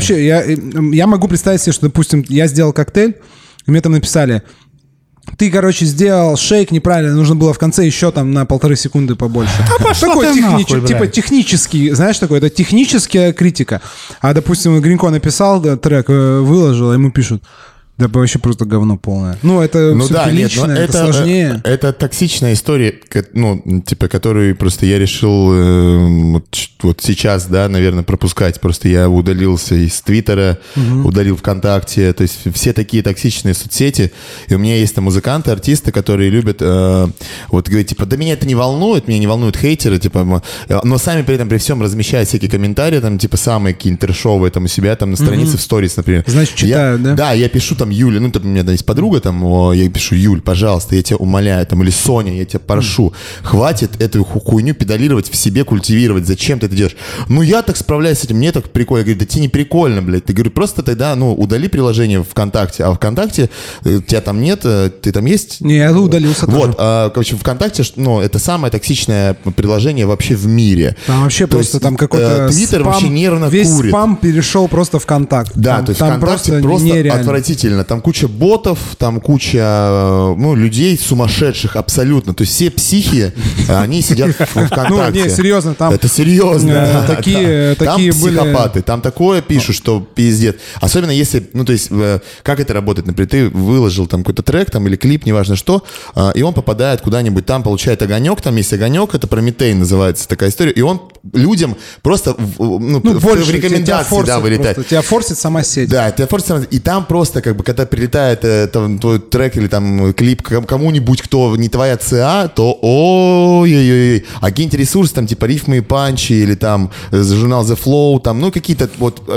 Я могу представить себе, что, допустим, я сделал коктейль, и мне там написали: ты, сделал шейк неправильно, нужно было в конце еще там на 1,5 секунды побольше. Такой типа технический, знаешь, такой, это техническая критика. А, допустим, Гринько написал трек, выложил, а ему пишут: да вообще просто говно полное. Это все-таки личное, это сложнее. Это токсичная история, которую просто я решил вот сейчас, да, наверное, пропускать. Просто я удалился из Твиттера, удалил ВКонтакте. То есть все такие токсичные соцсети. И у меня есть там музыканты, артисты, которые любят говорить, да меня это не волнует, меня не волнуют хейтеры, но сами при этом при всем размещают всякие комментарии, там, самые какие-то трэшовые там у себя, там, на странице в сторис, например. Значит, читают, да? Да, я пишу там Юля, у меня есть подруга, я пишу: Юль, пожалуйста, я тебя умоляю, или Соня, я тебя прошу, хватит эту хуйню педалировать в себе, культивировать, зачем ты это делаешь? Я так справляюсь с этим, мне так прикольно. Я говорю: да тебе не прикольно, блядь. Ты, говорю, просто тогда, удали приложение ВКонтакте, а ВКонтакте тебя там нет, ты там есть? Не, я удалился тоже. ВКонтакте, это самое токсичное приложение вообще в мире. Там вообще просто там какой-то Твиттер вообще нервно весь курит. Спам перешел просто в ВКонтакт. Да, то есть ВКонтакте просто отвратительно. Там куча ботов, там куча людей сумасшедших абсолютно. То есть все психи, они сидят в ВКонтакте. Не, серьезно, там... Это серьезно. Такие там были... психопаты, там такое пишут, что пиздец. Особенно если, как это работает? Например, ты выложил там какой-то трек там, или клип, неважно что, и он попадает куда-нибудь, там получает огонек, там есть огонек, это Прометей называется такая история, и он людям просто в рекомендации вылетает. Тебя форсит сама сеть. Да, тебя форсит сама сеть. И там просто когда прилетает твой трек или там клип кому-нибудь, кто не твоя ЦА, то ой-ой-ой. А какие-нибудь ресурсы, там типа Рифмы и Панчи или там журнал The Flow, там, какие-то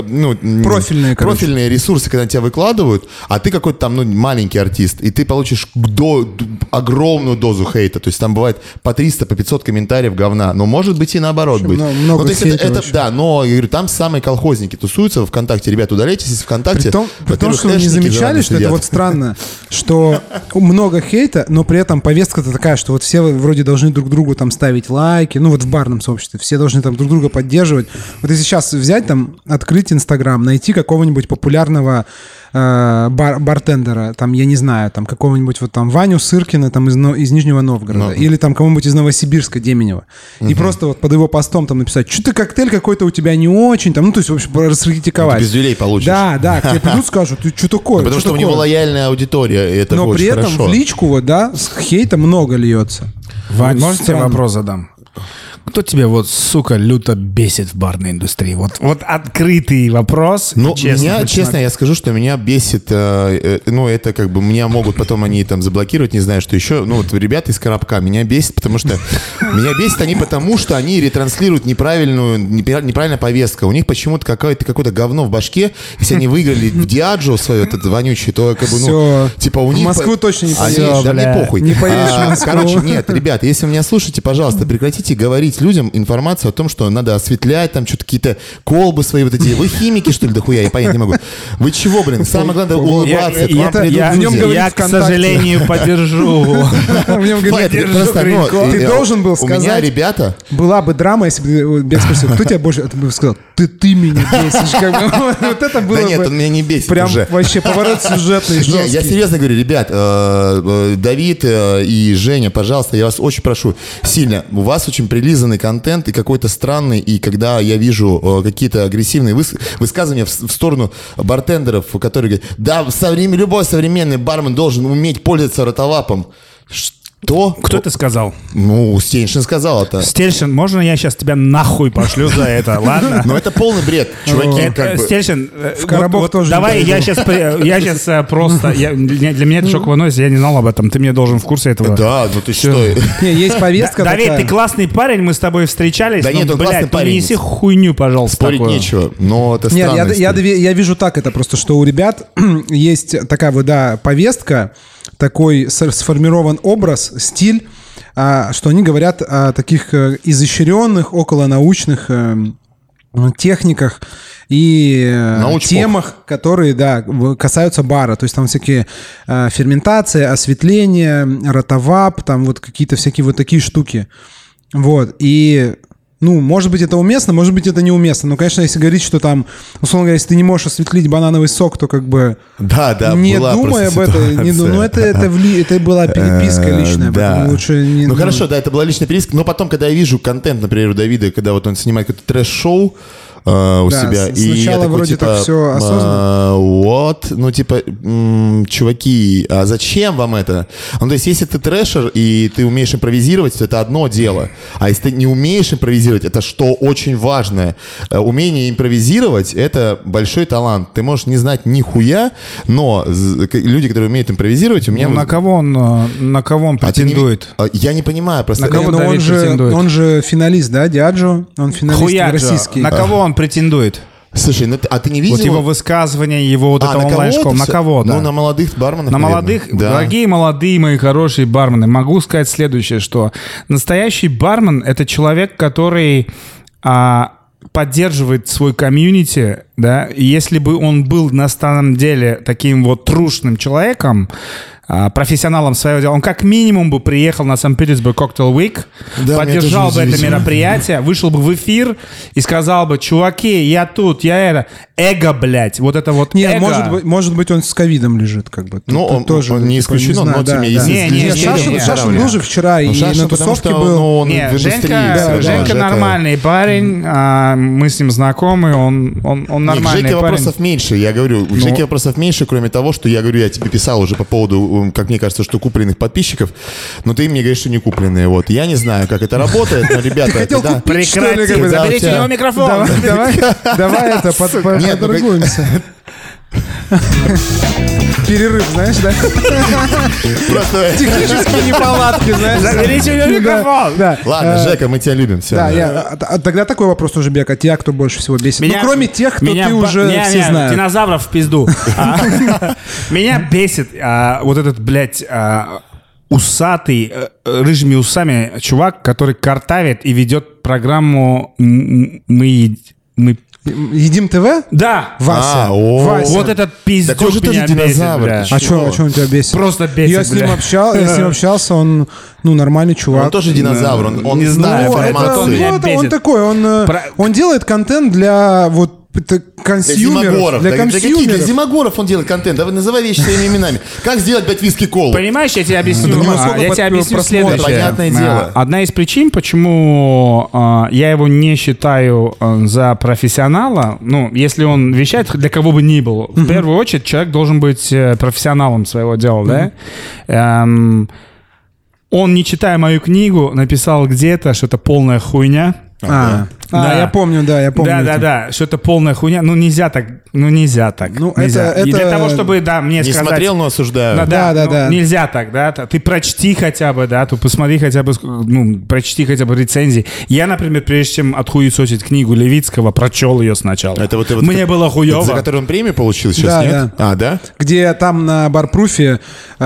профильные ресурсы, когда тебя выкладывают, а ты какой-то там, маленький артист, и ты получишь огромную дозу хейта. То есть там бывает по 300, по 500 комментариев говна. Но может быть и наоборот быть. много то есть да, но я говорю, там самые колхозники тусуются в ВКонтакте. Ребята, удаляйтесь из ВКонтакте. При том, что вы не замечали, что это вот странно, что много хейта, но при этом повестка-то такая, что вот все вроде должны друг другу там ставить лайки, ну вот в барном сообществе, все должны там друг друга поддерживать. Вот если сейчас взять там, открыть Инстаграм, найти какого-нибудь популярного бартендера, там, я не знаю, там, какого-нибудь вот там Ваню Сыркина там из Нижнего Новгорода, или там кого-нибудь из Новосибирска, Деменева, и просто вот под его постом там написать, что-то коктейль какой-то у тебя не очень, там, ну, то есть, в общем, раскритиковать. Без дюлей получишь. Да, к тебе придут, скажут, ты что такое? Потому что у него лояльная аудитория, и это но очень при этом в личку вот, да, хейта много льется. Вань, можно тебе вопрос задам? Кто тебя вот, сука, люто бесит в барной индустрии? Вот открытый вопрос. Ну, честно, я скажу, что меня бесит, это как бы, меня могут потом они там заблокировать, не знаю, что еще. Ну, вот ребята из Коробка меня бесит, потому что они ретранслируют неправильная повестка. У них почему-то какое-то говно в башке. Если они выиграли в Диаджо свое, этот вонючий, то как бы, ну, типа у них... В Москву точно не поедешь. Да мне похуй. Не поедешь в Москву. Короче, нет, ребята, если вы меня слушаете, пожалуйста, прекратите говорить людям информацию о том, что надо осветлять, там что-то какие-то колбы свои вот эти. Вы химики, что ли, дохуя? Я понять не могу. Вы чего, блин? Самое главное улыбаться. Я, к сожалению, поддержу. Ты должен был сказать... У меня ребята... Была бы драма, если бы Бег спросил, кто тебя больше... Ты бы сказал, ты меня бесишь. Вот это было бы... Да нет, он меня не бесит прям вообще поворот сюжетный, жесткий. Я серьезно говорю, ребят, Давид и Женя, пожалуйста, я вас очень прошу, сильно, у вас очень прилизанный контент и какой-то странный, и когда я вижу какие-то агрессивные высказывания в сторону бартендеров, которые говорят, да, любой современный бармен должен уметь пользоваться ротовапом. Что? Кто это сказал? Ну, Стеншин сказал это. Стеншин, можно я сейчас тебя нахуй пошлю за это, ладно? Ну, это полный бред, чуваки. Стеншин, в Коробок тоже. Давай, я сейчас просто... Для меня это шоковая новость, я не знал об этом. Ты мне должен в курсе этого. Да, ну ты что? Есть повестка такая. Давид, ты классный парень, мы с тобой встречались. Да нет, он классный парень. Не неси хуйню, пожалуйста. Спорить нечего, но это странно. Нет, я вижу так это просто, что у ребят есть такая вот, да, повестка, такой сформирован образ, стиль, что они говорят о таких изощренных, околонаучных техниках и темах, которые, да, касаются бара. То есть там всякие ферментация, осветление, ротовап, там вот какие-то всякие вот такие штуки. Вот, и... Ну, может быть, это уместно, может быть, это неуместно. Но, конечно, если говорить, что там, условно говоря, если ты не можешь осветлить банановый сок, то как бы не думай об этом. Ну, это была переписка личная, поэтому лучше не... Ну, хорошо, да, это была личная переписка, но потом, когда я вижу контент, например, у Давида, когда вот он снимает какое-то трэш-шоу, у себя. Сначала и вроде так все осознанно. Чуваки, а зачем вам это? Ну, то есть, если ты трэшер и ты умеешь импровизировать, то это одно дело. А если ты не умеешь импровизировать, это что очень важное. Умение импровизировать — это большой талант. Ты можешь не знать нихуя, но люди, которые умеют импровизировать, у меня... На кого он претендует? Я не понимаю просто. На кого Давид претендует? Он же финалист, да, Диаджо? Он финалист российский. На кого он претендует? Слушай, а ты не видел? Вот его высказывания, его вот это онлайн-школа. На кого, да? Ну, на молодых барменов. На молодых, да. Дорогие молодые мои хорошие бармены, могу сказать следующее, что настоящий бармен — это человек, который поддерживает свой комьюнити, да, и если бы он был на самом деле таким вот трушным человеком, профессионалом своего дела, он как минимум бы приехал на Санкт-Петербург Cocktail Week, да, поддержал бы это мероприятие, вышел бы в эфир и сказал бы: чуваки, я тут, я это. Эго, блядь, вот это вот эго. Может быть, он с ковидом лежит, как бы. Ну, он не исключено, но Шашин был же вчера и на тусовке был. Нет, Женька нормальный парень, мы с ним знакомы, он нормальный парень. Женьке вопросов меньше, я говорю. Женьке вопросов меньше, кроме того, что я говорю, я тебе писал уже по поводу, как мне кажется, что купленных подписчиков, но ты мне говоришь, что не купленные. Вот. Я не знаю, как это работает, но, ребята... Прекратите, заберите у него микрофон. Давай это поторгуемся. Перерыв, знаешь, да? Просто технические неполадки, знаешь. Заберите у него микрофон. Ладно, Жека, мы тебя любим. Тогда такой вопрос уже, Бек, а тебя кто больше всего бесит? Ну, кроме тех, кто ты уже все знают. Динозавров в пизду. Меня бесит вот этот, блядь... усатый, рыжими усами чувак, который картавит и ведет программу «Мы Едим ТВ? Да. Вася. Вася. Вот этот пиздюк так меня бесит, бля. А что он тебя бесит? Просто бесит, я с ним общался, он, нормальный чувак. Он тоже динозавр, он Не знаю, информации. Он такой, он делает контент для вот консюмеров. Для зимогоров он делает контент. Давай называй вещи своими именами. Как сделать, блядь, виски-колу? Понимаешь, я тебе объясню следующее. Понятное дело. Одна из причин, почему я его не считаю за профессионала, если он вещает для кого бы ни был, в первую очередь человек должен быть профессионалом своего дела, да? Он, не читая мою книгу, написал где-то, что это полная хуйня. Я помню. Да, что это полная хуйня. Нельзя так. Нельзя. И для того, чтобы, мне не сказать... Не смотрел, но осуждаю. Да. Нельзя так, да. Ты прочти хотя бы, да, посмотри хотя бы, прочти хотя бы рецензии. Я, например, прежде чем отхуесосить книгу Левицкого, прочел ее сначала. Это вот мне было хуево. За который он премию получил сейчас, нет? Да. Где там на Барпруфе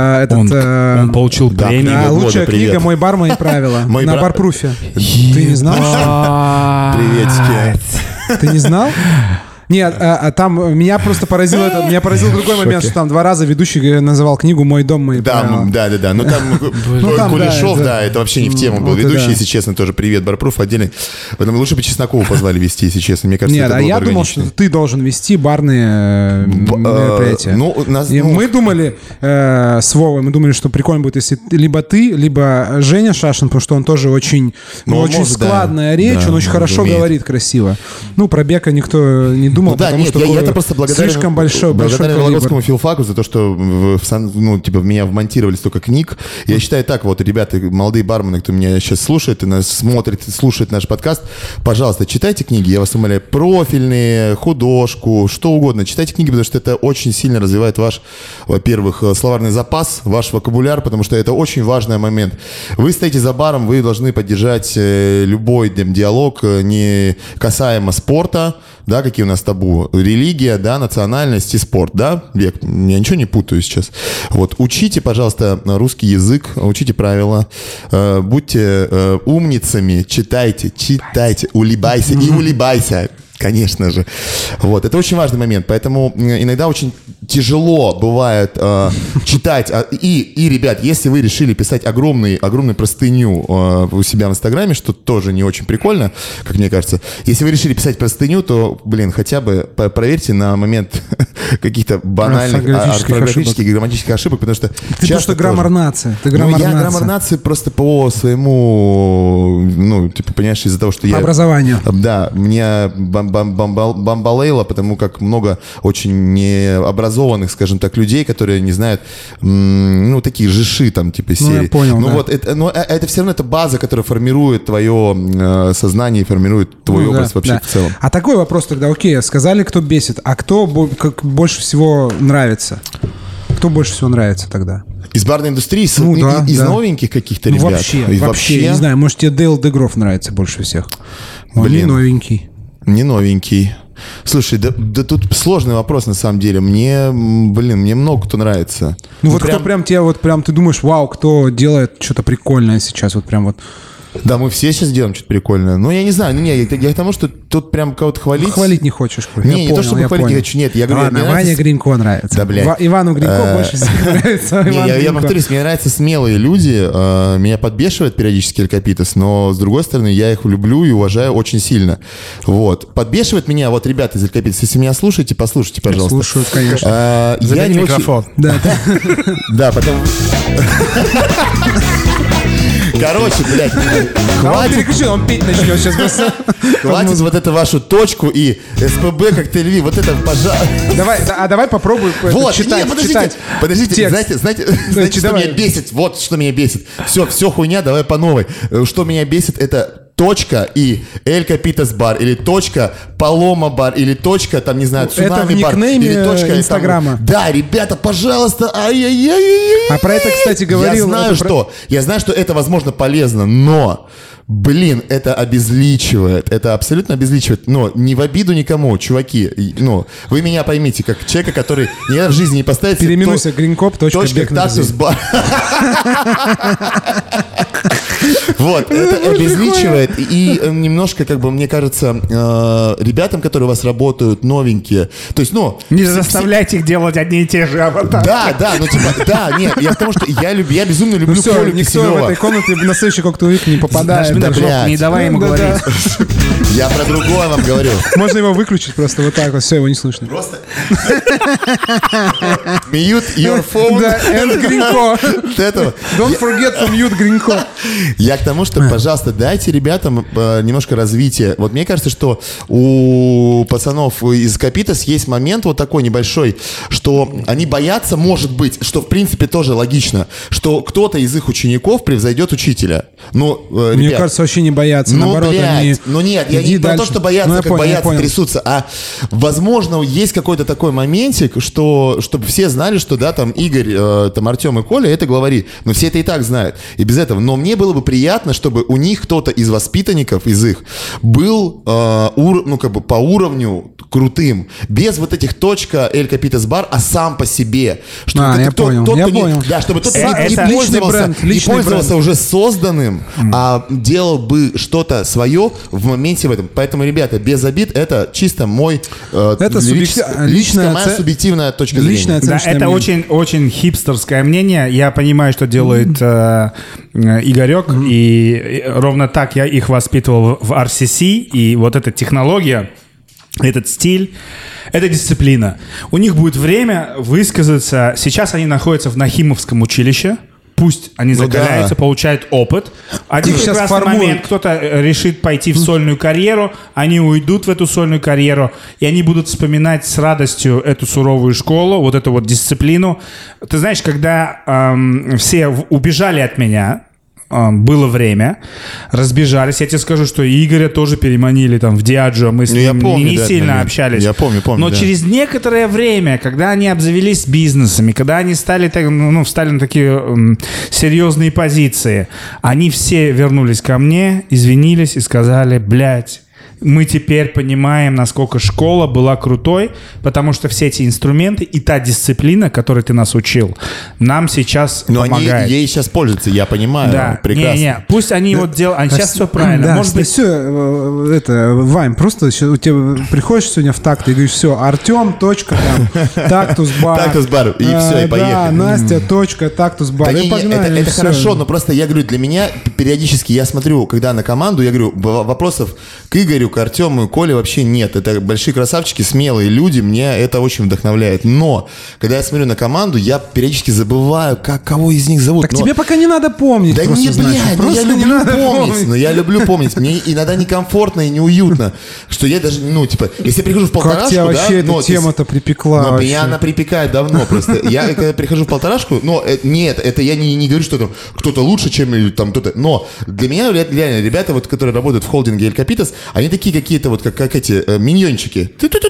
он получил премию. Лучшая книга «Мой бар, мои правила». На Барпруфе. Ты не знал? Приветики. Ты не знал? Нет, там меня просто поразил другой момент, что там 2 раза ведущий называл книгу «Мой дом, мои правила». Да. Ну там Кулешов, это вообще не в тему был ведущий, если честно, тоже привет, Барпруф отдельный. Поэтому лучше бы Чеснокову позвали вести, если честно. Мне кажется, это было бы я думал, что ты должен вести барные мероприятия. Мы думали с Вовой, что прикольно будет, если либо ты, либо Женя Шашин, потому что он тоже очень складная речь, он очень хорошо говорит, красиво. Про Бека никто не думал. Я-то просто слишком большой Вологодскому филфаку за то, что в меня вмонтировали столько книг. Я считаю так, вот, ребята, молодые бармены, кто меня сейчас слушает и нас смотрит, слушает наш подкаст, пожалуйста, читайте книги, я вас умоляю, профильные, художку, что угодно. Читайте книги, потому что это очень сильно развивает ваш, во-первых, словарный запас, ваш вокабуляр, потому что это очень важный момент. Вы стоите за баром, вы должны поддержать любой диалог, не касаемо спорта, да, какие у нас табу, религия, да, национальность и спорт, да, Век, я ничего не путаю сейчас. Вот, учите, пожалуйста, русский язык, учите правила, будьте умницами, читайте, улыбайся. Конечно же. Вот. Это очень важный момент. Поэтому иногда очень тяжело бывает читать. И, ребят, если вы решили писать огромную простыню у себя в Инстаграме, что тоже не очень прикольно, как мне кажется. Если вы решили писать простыню, то, хотя бы проверьте на момент каких-то банальных орфографических и грамматических ошибок, потому что ты просто граммар нации. Я граммар нации просто по своему, понимаешь, из-за того, что я... По образованию. Да, мне бамбалейла, потому как много очень необразованных, скажем так, людей, которые не знают, такие жиши там, серии. Я понял, это все равно это база, которая формирует твое сознание и формирует твой образ вообще в целом. А такой вопрос тогда, окей, сказали, кто бесит, а кто больше всего нравится? Кто больше всего нравится тогда? Из барной индустрии? Из новеньких каких-то ребят? Вообще, не знаю, может, тебе Дейл Дегроф нравится больше всех? Он не новенький. Не новенький. Слушай, да тут сложный вопрос на самом деле. Мне много кто нравится. Кто прям тебе ты думаешь, вау, кто делает что-то прикольное сейчас, Да, мы все сейчас делаем что-то прикольное. Я не знаю, я к тому, что тут прям кого-то хвалить. Хвалить не хочешь. Не то, чтобы хвалить не хочу. Нет, я говорю, ладно, Ваня Гринько нравится. Да, блядь. Ивану Гринько больше всего нравится. Я повторюсь, мне нравятся смелые люди. Меня подбешивает периодически Эль Капитас, но, с другой стороны, я их люблю и уважаю очень сильно. Вот. Подбешивает меня, ребята из Эль Капитас, если меня слушаете, послушайте, пожалуйста. Слушаю, конечно. Забери микрофон. Да, потом... Короче, блядь, хватит. Он петь начнет сейчас просто. Хватит эту вашу точку и СПБ как Тель-Авив. Пожалуйста. Давай попробуй читать. Подождите, знаете, что меня бесит? Вот что меня бесит. Все хуйня, давай по новой. Что меня бесит, это точка и Эль Капитас бар, или точка Палома бар, или точка, там, не знаю, Цунами бар, или точка Инстаграма. Да, ребята, пожалуйста, ай-яй-яй-яй. А про это, кстати, говорил... Я знаю, что это, возможно, полезно, но... Блин, это обезличивает, это абсолютно обезличивает, но не в обиду никому, чуваки, ну, вы меня поймите, как человека, который никогда в жизни не поставит... Переименуйся, greencop.beg. Вот, это обезличивает, и немножко, как бы, мне кажется, ребятам, которые у вас работают, новенькие, то есть, ну... Не заставляйте их делать одни и те же аватары. Да, ну, типа, да, нет, я к тому, что я безумно люблю Колю Киселева. Никто в этой комнате на следующий Cocktail Week не попадает. Да, блядь. Не давай ему говорить. Я про другое вам говорю. Можно его выключить просто вот так вот, все, его не слышно. Просто... Mute your phone. Да, and Greenco. Don't forget to mute Greenco. Я к тому, что, пожалуйста, дайте ребятам немножко развития. Вот мне кажется, что у пацанов из Капитас есть момент вот такой небольшой, что они боятся, может быть, что в принципе тоже логично, что кто-то из их учеников превзойдет учителя. Ну, мне кажется, вообще не боятся. Наоборот, блядь, они... Ну нет, я не про то, что боятся, как боятся, трясутся, а возможно есть какой-то такой моментик, что чтобы все знали, что да, там Игорь, там Артем и Коля — это главари. Но все это и так знают. И без этого. Но мне было бы приятно, чтобы у них кто-то из воспитанников, из их, был ну как бы по уровню крутым. Без вот этих точка Эль Капитас бар, а сам по себе. Чтобы я понял. Да, чтобы тот не пользовался уже созданным, а делал бы что-то свое в моменте в этом. Поэтому, ребята, без обид, это чисто мой личная моя субъективная точка зрения. Да, это очень хипстерское мнение. Я понимаю, что делает Игорек, и ровно так я их воспитывал в RCC, и вот эта технология, этот стиль, это дисциплина. У них будет время высказаться. Сейчас они находятся в Нахимовском училище. Пусть они закаляются, получают опыт. Один прекрасный момент, кто-то решит пойти в сольную карьеру, они уйдут в эту сольную карьеру, и они будут вспоминать с радостью эту суровую школу, вот эту вот дисциплину. Ты знаешь, когда все убежали от меня, было время, разбежались. Я тебе скажу, что Игоря тоже переманили там в Диаджо. Мы с ним не сильно общались. Я помню. Но через некоторое время, когда они обзавелись бизнесами, когда они стали на такие серьезные позиции, они все вернулись ко мне, извинились и сказали: блядь, мы теперь понимаем, насколько школа была крутой, потому что все эти инструменты и та дисциплина, которой ты нас учил, нам сейчас помогает. Но они ей сейчас пользуются, я понимаю, да. прекрасно. Пусть они вот делают, сейчас все правильно. Да, может быть, все, Вань, просто у тебя приходишь сегодня в такт и говоришь: все, Артем, точка, там, тактус бар. Тактус бар, и все, и поехали. Да, Настя, точка, тактус бар. Это хорошо, но просто я говорю, для меня периодически я смотрю, когда на команду, я говорю, вопросов к Игорю, к Артему и Коле вообще нет. Это большие красавчики, смелые люди, мне это очень вдохновляет. Но, когда я смотрю на команду, я периодически забываю, кого из них зовут. Так тебе пока не надо помнить. Да не, блядь, я люблю помнить. Но я люблю помнить. Мне иногда некомфортно и неуютно, что я даже, если я прихожу в полторашку, как тебя вообще эта тема-то припекла? Меня она припекает давно просто. Я, когда прихожу в полторашку, нет, это я не говорю, что там кто-то лучше, чем или там кто-то. Но для меня реально ребята, вот, которые работают в холдинге Эль Капитас, они такие какие-то вот, как эти миньончики.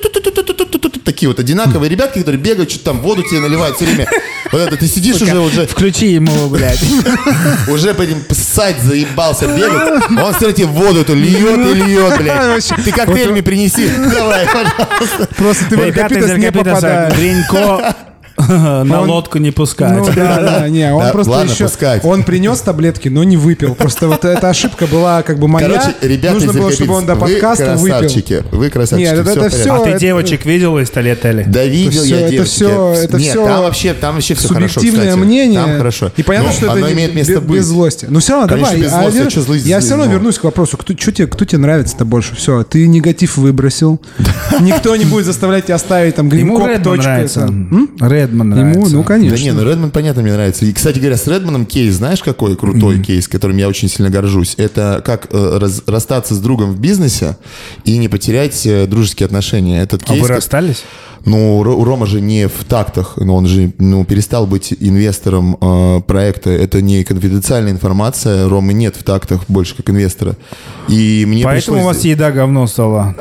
Такие вот одинаковые ребятки, которые бегают, что-то там воду тебе наливают все время. Вот это ты сидишь уже... Включи ему, блядь. Уже по этим ссать заебался бегать. Он все равно тебе воду эту льет, блядь. Ты коктейль мне принеси. Давай, пожалуйста. Просто ты в Эль Капитас не попадаешь. Гринко на лодку не пускать. Он просто еще... Он принес таблетки, но не выпил. Просто вот эта ошибка была как бы моя. Короче, ребята, нужно было, чтобы он до подкаста выпил. Вы красавчики. Нет, это все. А ты девочек видел из Толетели? Да, видел я девочек. Это все. Там вообще все хорошо, субъективное мнение. Там хорошо. И понятно, что это имеет место быть. Без злости. Ну все равно, давай. Я все равно вернусь к вопросу. Кто тебе нравится-то больше? Все, ты негатив выбросил. Никто не будет заставлять тебя ставить там Гринкоп. Редман нравится. Ну, конечно. Да не, ну Редман, понятно, мне нравится. И, кстати говоря, с Редманом кейс, знаешь, какой крутой кейс, которым я очень сильно горжусь? Это как расстаться с другом в бизнесе и не потерять дружеские отношения. Этот кейс, вы расстались? Ну, у Рома же не в тактах, но он же перестал быть инвестором проекта. Это не конфиденциальная информация. Ромы нет в тактах больше как инвестора. И мне поэтому у вас еда говно стала.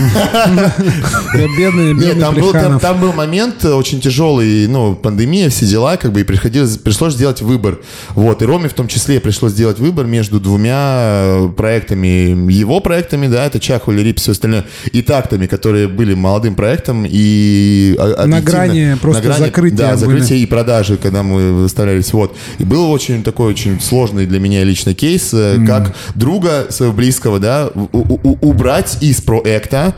Бедный Плеханов. Там был момент очень тяжелый, пандемия, все дела, и пришлось сделать выбор. Вот, и Роме в том числе пришлось сделать выбор между двумя проектами. Его проектами, да, это Чах, Валерий, все остальное, и тактами, которые были молодым проектом, и на грани закрытия. Да, закрытия и продажи, когда мы выставлялись. Вот. И был очень сложный для меня лично кейс, как друга своего близкого, да, убрать из проекта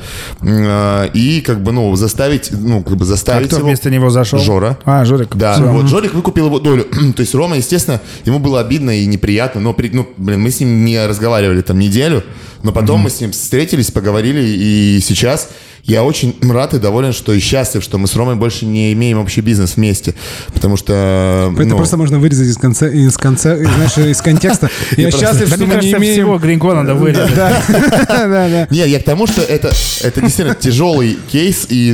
и заставить А кто его... вместо него зашел? Жора. Жорик. Да, Все. вот Жорик выкупил его долю. То есть Рома, естественно, ему было обидно и неприятно, но мы с ним не разговаривали там неделю, но потом мы с ним встретились, поговорили, и сейчас я очень рад и доволен, что и счастлив, что мы с Ромой больше не имеем общий бизнес вместе, потому что... Это просто можно вырезать из контекста. Я счастлив, что мы не имеем... всего Гринько надо вырезать. Да. Не, я к тому, что это действительно тяжелый кейс, и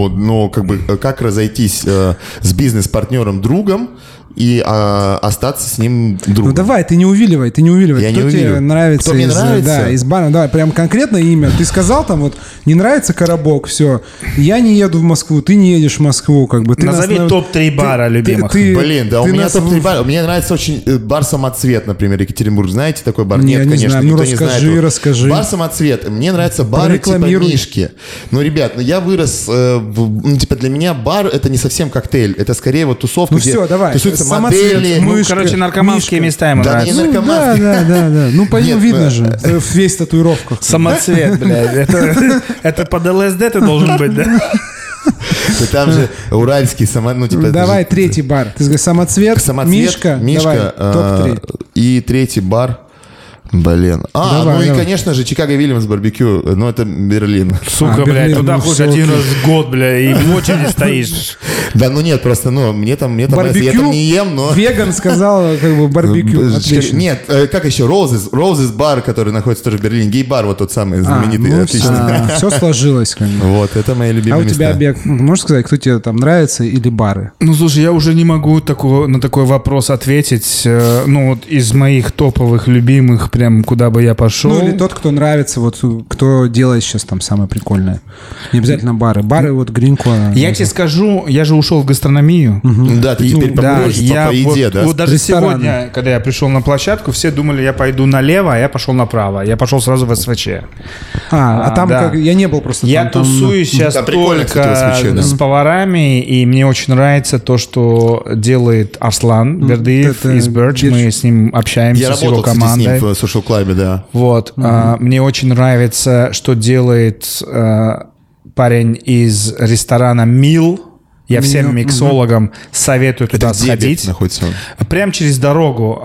как разойтись с бизнес-партнером, другом, и остаться с ним другом. Ну давай, ты не увиливай. Я не увиливаю. Тебе нравится? Кто мне нравится? Да, из бара, давай, прям конкретное имя. Ты сказал там не нравится Коробок, все. Я не еду в Москву, ты не едешь в Москву, Ты назови топ-3 бара любимых. Блин, да, у меня топ-3 бара. Мне нравится очень бар «Самоцвет», например, Екатеринбург. Знаете такой бар? Нет, конечно, никто не знает. Расскажи. Бар «Самоцвет». Мне нравятся бары типа Мишки. Ребят, я вырос... для меня бар — это не совсем коктейль. Это скорее тусовка, где тусуются модели. Наркоманские места ему нравятся. Да, не наркоманские. Да. Пойдем, видно же. Весь в татуировках. Самоцвет, блядь. Это под ЛСД ты должен быть, да? Там же уральский Давай третий бар. Ты говоришь «Самоцвет», Мишка. Давай, топ-3. И третий бар. Блин. Давай. Конечно же, Чикаго Вильямс барбекю, но это Берлин. Сука, блядь, туда ходишь один раз в год, бля, и в очереди стоишь. Да, нет, просто, мне там, я там не ем, но... Веган сказал, барбекю. Отлично. Нет, как еще, Roses бар, который находится тоже в Берлине, гей-бар, вот тот самый знаменитый, отлично. Все сложилось, Вот, это мои любимые места. А у тебя, Бег, можешь сказать, кто тебе там нравится или бары? Слушай, я уже не могу на такой вопрос ответить. Из моих топовых, любимых, прям куда бы я пошел. Или тот, кто нравится, кто делает сейчас там самое прикольное. Не обязательно бары. Бары Гринько. Я тебе скажу, я же ушел в гастрономию. Да, ты теперь по еде, да? Вот даже сегодня, когда я пришел на площадку, все думали, я пойду налево, а я пошел направо. Я пошел сразу в СВЧ. Там я не был просто я там. Тусуюсь сейчас только с поварами, и мне очень нравится то, что делает Арслан Бердыев из Birch. Мы с ним общаемся, с его командой. Я работал с ним в Social Club, да. Вот. Мне очень нравится, что делает парень из ресторана «Мил». Я всем миксологам советую туда сходить. Находится он? Прям через дорогу.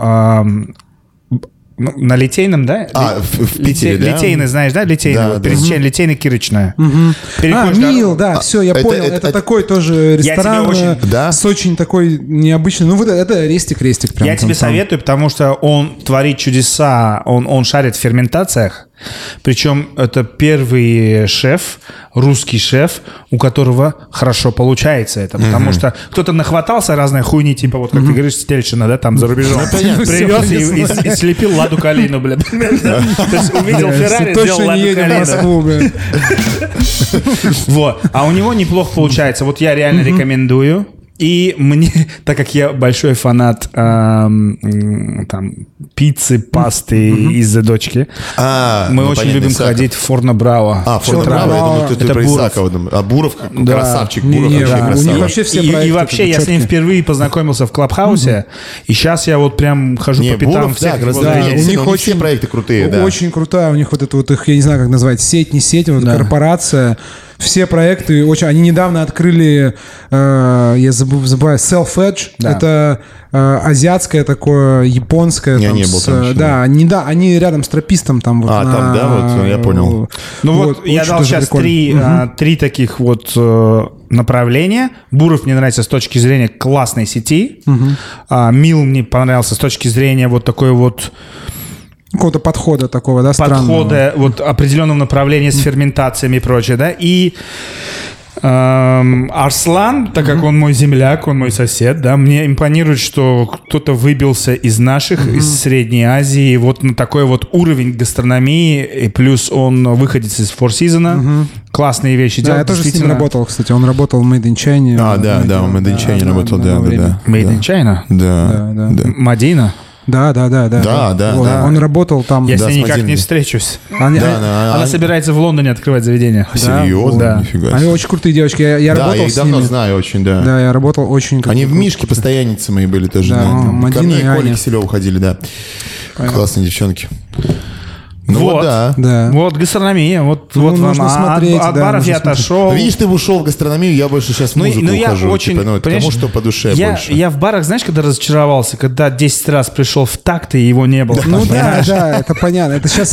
На Литейном, да? В Питере, да? Литейный, знаешь, да? Литейный. Да, Пересечение Литейно-Кирочная. Мил, да, все, я понял. Это такой тоже ресторан с очень такой необычный. Это рестик прям. Я тебе советую, потому что он творит чудеса, он шарит в ферментациях. Причем это первый шеф, русский шеф, у которого хорошо получается это. Потому что кто-то нахватался разной хуйни, типа вот, как ты говоришь, Стельщина, да, там за рубежом. Привез и слепил Ладу Калину, блядь. То есть увидел Феррари, сделал Ладу Калину. Вот. А у него неплохо получается. Вот я реально рекомендую. И мне, так как я большой фанат пиццы, пасты из-за дочки, мы очень любим ходить в Форно Браво. Форно Браво, я думаю, ты про Исакова. А Буров, красавчик, Буров вообще красавчик. У них вообще все проекты. И вообще я с ним впервые познакомился в Клабхаусе, и сейчас я вот прям хожу по пятам всех. У них очень проекты крутые, да. Очень крутая, у них вот это вот их, я не знаю, как назвать, сеть, не сеть, корпорация. все проекты очень... Они недавно открыли, я забываю, Self Edge. Да. Это азиатское такое, японское. Я не был там еще. Да, они рядом с тропистом там. Вот там, да, вот, я понял. Ну вот, я дал сейчас три таких вот направления. Буров мне нравится с точки зрения классной сети. Мил мне понравился с точки зрения вот такой вот... Какого-то подхода такого, да, странного. Подхода, вот определенного направления с ферментациями и прочее, да. И Арслан, так как он мой земляк, он мой сосед, да, мне импонирует, что кто-то выбился из наших, из Средней Азии, вот на такой вот уровень гастрономии, и плюс он выходец из Four Seasons, классные вещи делает. Да, я тоже с ним работал, кстати, он работал в Made in China. Да, он в Made in China работал, да. Made in China? Да. Мадина? Да. Вот. Он работал там. Я с ней никак не встречусь. Она собирается в Лондоне открывать заведение. Серьезно? Да. Нифига себе. Они очень крутые девочки. Я работал я их давно знаю очень, да. Да, я работал очень... Они в Мишке постоянницы мои были тоже. Да, ко мне и Коля Киселев ходили, да. Классные девчонки. Вот, да. Вот гастрономия. Вот нужно смотреть. От баров я отошел. Видишь, ты ушел в гастрономию, я больше сейчас в музыку ухожу. Кому что по душе больше. Я в барах, знаешь, когда разочаровался, когда 10 раз пришел в такт, и его не было. Ну да, это понятно. Это сейчас...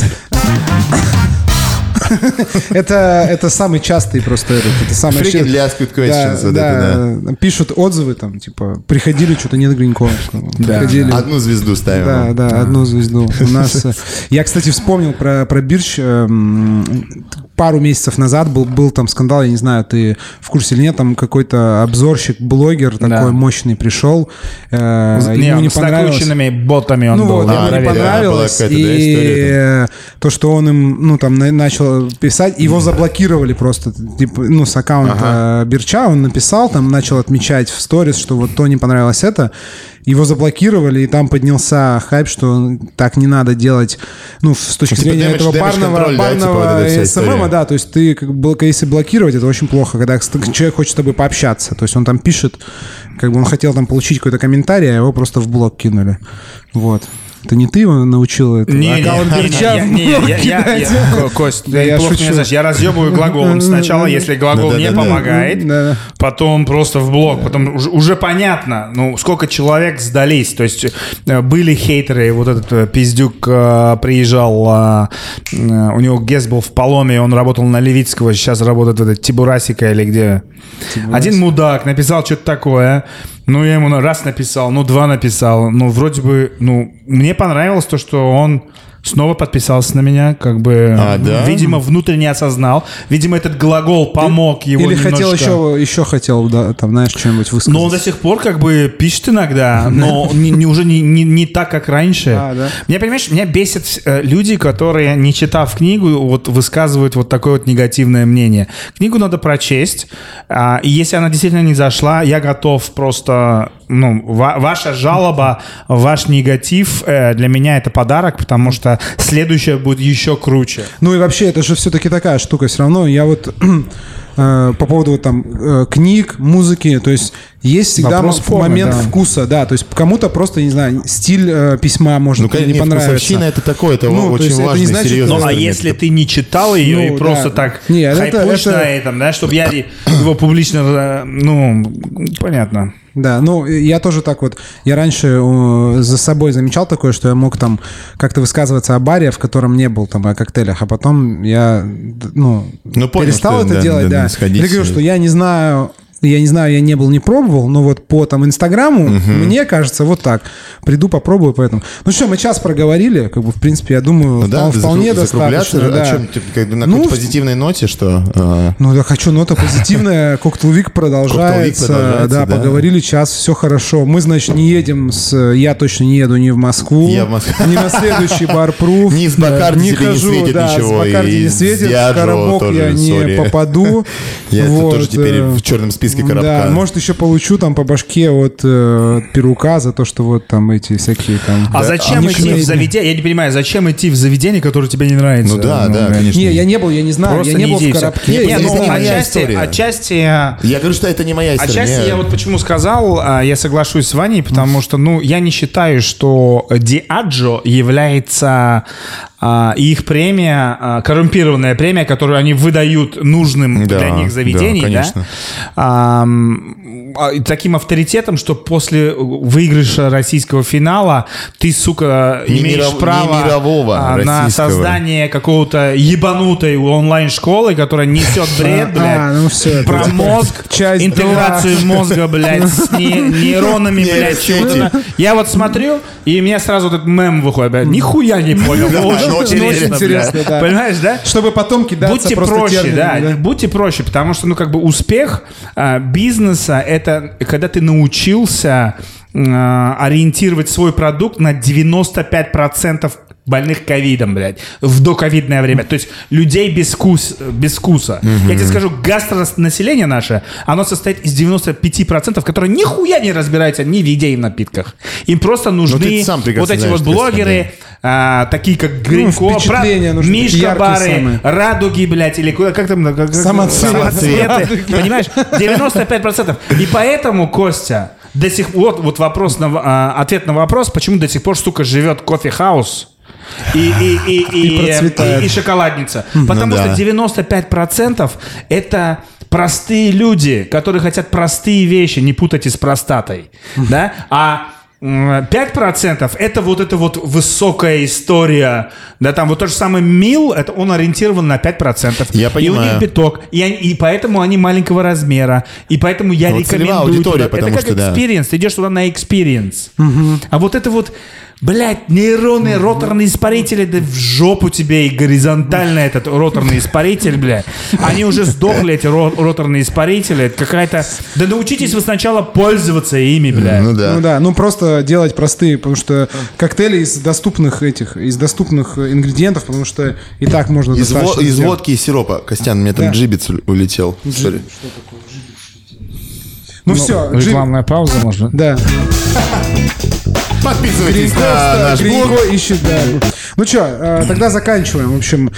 Это самый частый просто это самый frequently asked questions. Да. Пишут отзывы там, типа, приходили, что-то нет Гринькова. Приходили. Одну звезду ставим. Да, одну звезду. У нас... Я, кстати, вспомнил про Бирч. Пару месяцев назад был там скандал, я не знаю, ты в курсе или нет, там какой-то обзорщик, блогер такой мощный пришел. Ему не с накрученными ботами он был. Ему не понравилось. И то, что он им, там, начал писать, его заблокировали просто, типа, с аккаунта Бирча, он написал, там, начал отмечать в сторис, что вот то не понравилось это. Его заблокировали, и там поднялся хайп, что так не надо делать, с точки зрения этого парного СММа, да, то есть ты, если блокировать, это очень плохо, когда человек хочет с тобой пообщаться, то есть он там пишет, он хотел там получить какой-то комментарий, а его просто в блок кинули, вот. Это не ты его научил? Кость, ты плохо меня знаешь. Я разъебываю глаголом. Сначала, если глагол не помогает, потом просто в блок. Потом уже понятно, сколько человек сдались. То есть были хейтеры. Вот этот пиздюк приезжал, у него гест был в Паломе, он работал на Левицкого, сейчас работает в этой Тибурасика или где. Один мудак написал что-то такое. Я ему раз написал, два написал. Вроде бы, мне понравилось то, что он снова подписался на меня, видимо, внутренне осознал. Видимо, этот глагол помог его или немножко... еще хотел, да, там, знаешь, что-нибудь высказать. Но он до сих пор пишет иногда, но уже не так, как раньше. Да. Меня бесит люди, которые, не читав книгу, высказывают вот такое вот негативное мнение. Книгу надо прочесть, и если она действительно не зашла, я готов просто... ваша жалоба, ваш негатив для меня это подарок, потому что следующее будет еще круче. И вообще, это же все-таки такая штука. Все равно я по поводу книг, музыки, то есть есть всегда момент вкуса, да, то есть кому-то просто, не знаю, стиль письма может не понравиться. Вкусовщина это такое, это очень важно и серьезно. А если ты не читал ее и просто так хайпуешь на этом, да, чтобы я его публично, понятно. Да, я тоже так я раньше за собой замечал такое, что я мог там как-то высказываться о баре, в котором не был там о коктейлях, а потом я, перестал это делать, да. Я говорю, что я не знаю, я не был, не пробовал, но по Инстаграму, мне кажется, вот так. Приду, попробую, поэтому. Что, мы час проговорили, в принципе, я думаю, вполне достаточно. О чем? На какой-то позитивной ноте, что? Я хочу, нота позитивная, коктейлвик продолжается. Да, поговорили час, все хорошо. Мы, значит, не едем я точно не еду ни в Москву, ни на следующий Барпруф. Ни с Бакарди тебе не светит с ничего. Бакарди не светит, в Коробок я не попаду. Я тоже теперь в черном списке Коробка. Да, может, еще получу там по башке от Перука за то, что там эти всякие там... А зачем идти в заведение? Я не понимаю, зачем идти в заведение, которое тебе не нравится? Да, конечно. Не, я не был, я не знаю, просто я не был в Коробке. Отчасти... Я говорю, что это не моя история. Отчасти я почему сказал, я соглашусь с Ваней, потому что, я не считаю, что Диаджо является и их премия, коррумпированная премия, которую они выдают нужным для них заведений, таким авторитетом, что после выигрыша российского финала ты, сука, имеешь право на создание какого-то ебанутой онлайн-школы, которая несет бред, блядь, про мозг, интеграцию мозга, блядь, с нейронами, блядь, чего-то. Я вот смотрю, и у меня сразу этот мем выходит, блядь, нихуя не понял. Очень интересно, да. Понимаешь, да? Чтобы потом кидаться просто терминами. Будьте проще, потому что, успех бизнеса — это когда ты научился ориентировать свой продукт на 95% больных ковидом, блядь, в доковидное время. То есть людей без вкуса. Я тебе скажу, гастронаселение наше, оно состоит из 95%, которые нихуя не разбираются ни в еде и в напитках. Им просто нужны вот эти вот блогеры, такие как Гринько, Мишка Бары, Радуги, блядь, или как там? Самоцветы. Понимаешь? 95%. И поэтому, Костя, до сих пор, вот вопрос ответ на вопрос, почему до сих пор, сука, живет кофе-хаус и шоколадница. Потому что 95% это простые люди, которые хотят простые вещи, не путайте с простатой. Да? А 5% это вот эта вот высокая история. Да, там вот тот же самый Мил, это он ориентирован на 5%. Я понимаю. И у них биток. И поэтому они маленького размера. И поэтому я рекомендую туда. Это как экспириенс. Ты идешь туда на экспириенс. А вот это вот, блядь, нейронные роторные испарители, да в жопу тебе и горизонтально этот роторный испаритель, блядь. Они уже сдохли, эти роторные испарители. Это какая-то... Да научитесь вы сначала пользоваться ими, блядь. Ну да, просто делать простые, потому что коктейли из доступных ингредиентов, потому что и так можно достаточно из водки и сиропа. Костян, у меня там джибиц улетел. Что такое джибиц? Ну все. Рекламная пауза, можно? Да. Подписывайтесь на наш блог. Ищет, да. Ну что, тогда заканчиваем. В общем,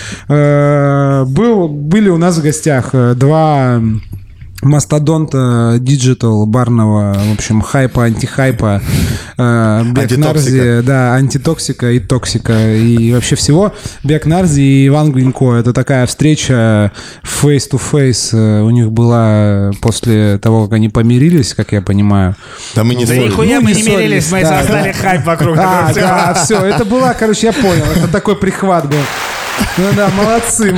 были у нас в гостях два мастодонта диджитал барного, в общем, хайпа, антихайпа, Бек Нарзи, да, антитоксика и токсика и вообще всего. Бек Нарзи и Иван Гринько. Это такая встреча face-to-face у них была после того, как они помирились, как я понимаю. Да мы не ссорились. Да нихуя мы не мирились, мы создали хайп вокруг этого всего. Да, все, это была, короче, я понял, это такой прихват был. Ну да, молодцы,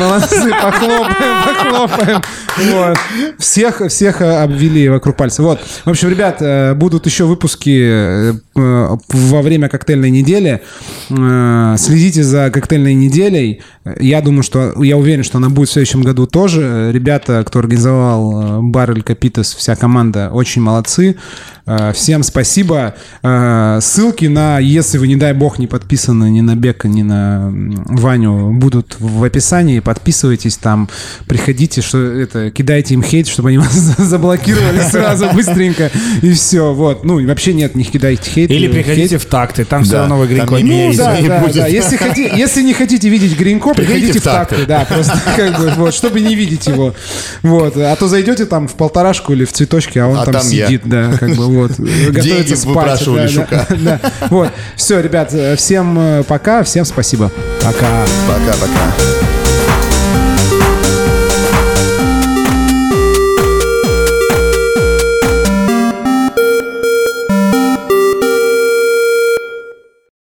похлопаем. Вот. Всех обвели вокруг пальца. Вот. В общем, ребят, будут еще выпуски во время коктейльной недели. Следите за коктейльной неделей. Я уверен, что она будет в следующем году тоже. Ребята, кто организовал бар Эль Капитас, вся команда, очень молодцы. Всем спасибо. Ссылки на, если вы, не дай бог, не подписаны ни на Бека, ни на Ваню, будут в описании. Подписывайтесь там, приходите, кидайте им хейт, чтобы они вас заблокировали сразу быстренько. И все, вот. Ну, вообще нет, не кидайте хейт. Или приходите в такты, там все равно вы Гринько есть. Да. Если не хотите видеть Гринько, приходите в такты. Да, просто вот, чтобы не видеть его. Вот. А то зайдете там в полторашку или в цветочки, а он там сидит, да, как бы вот. Деньги выпрашивали Шука. Да. Вот. Все, ребят, всем пока, всем спасибо. Пока. Пока-пока.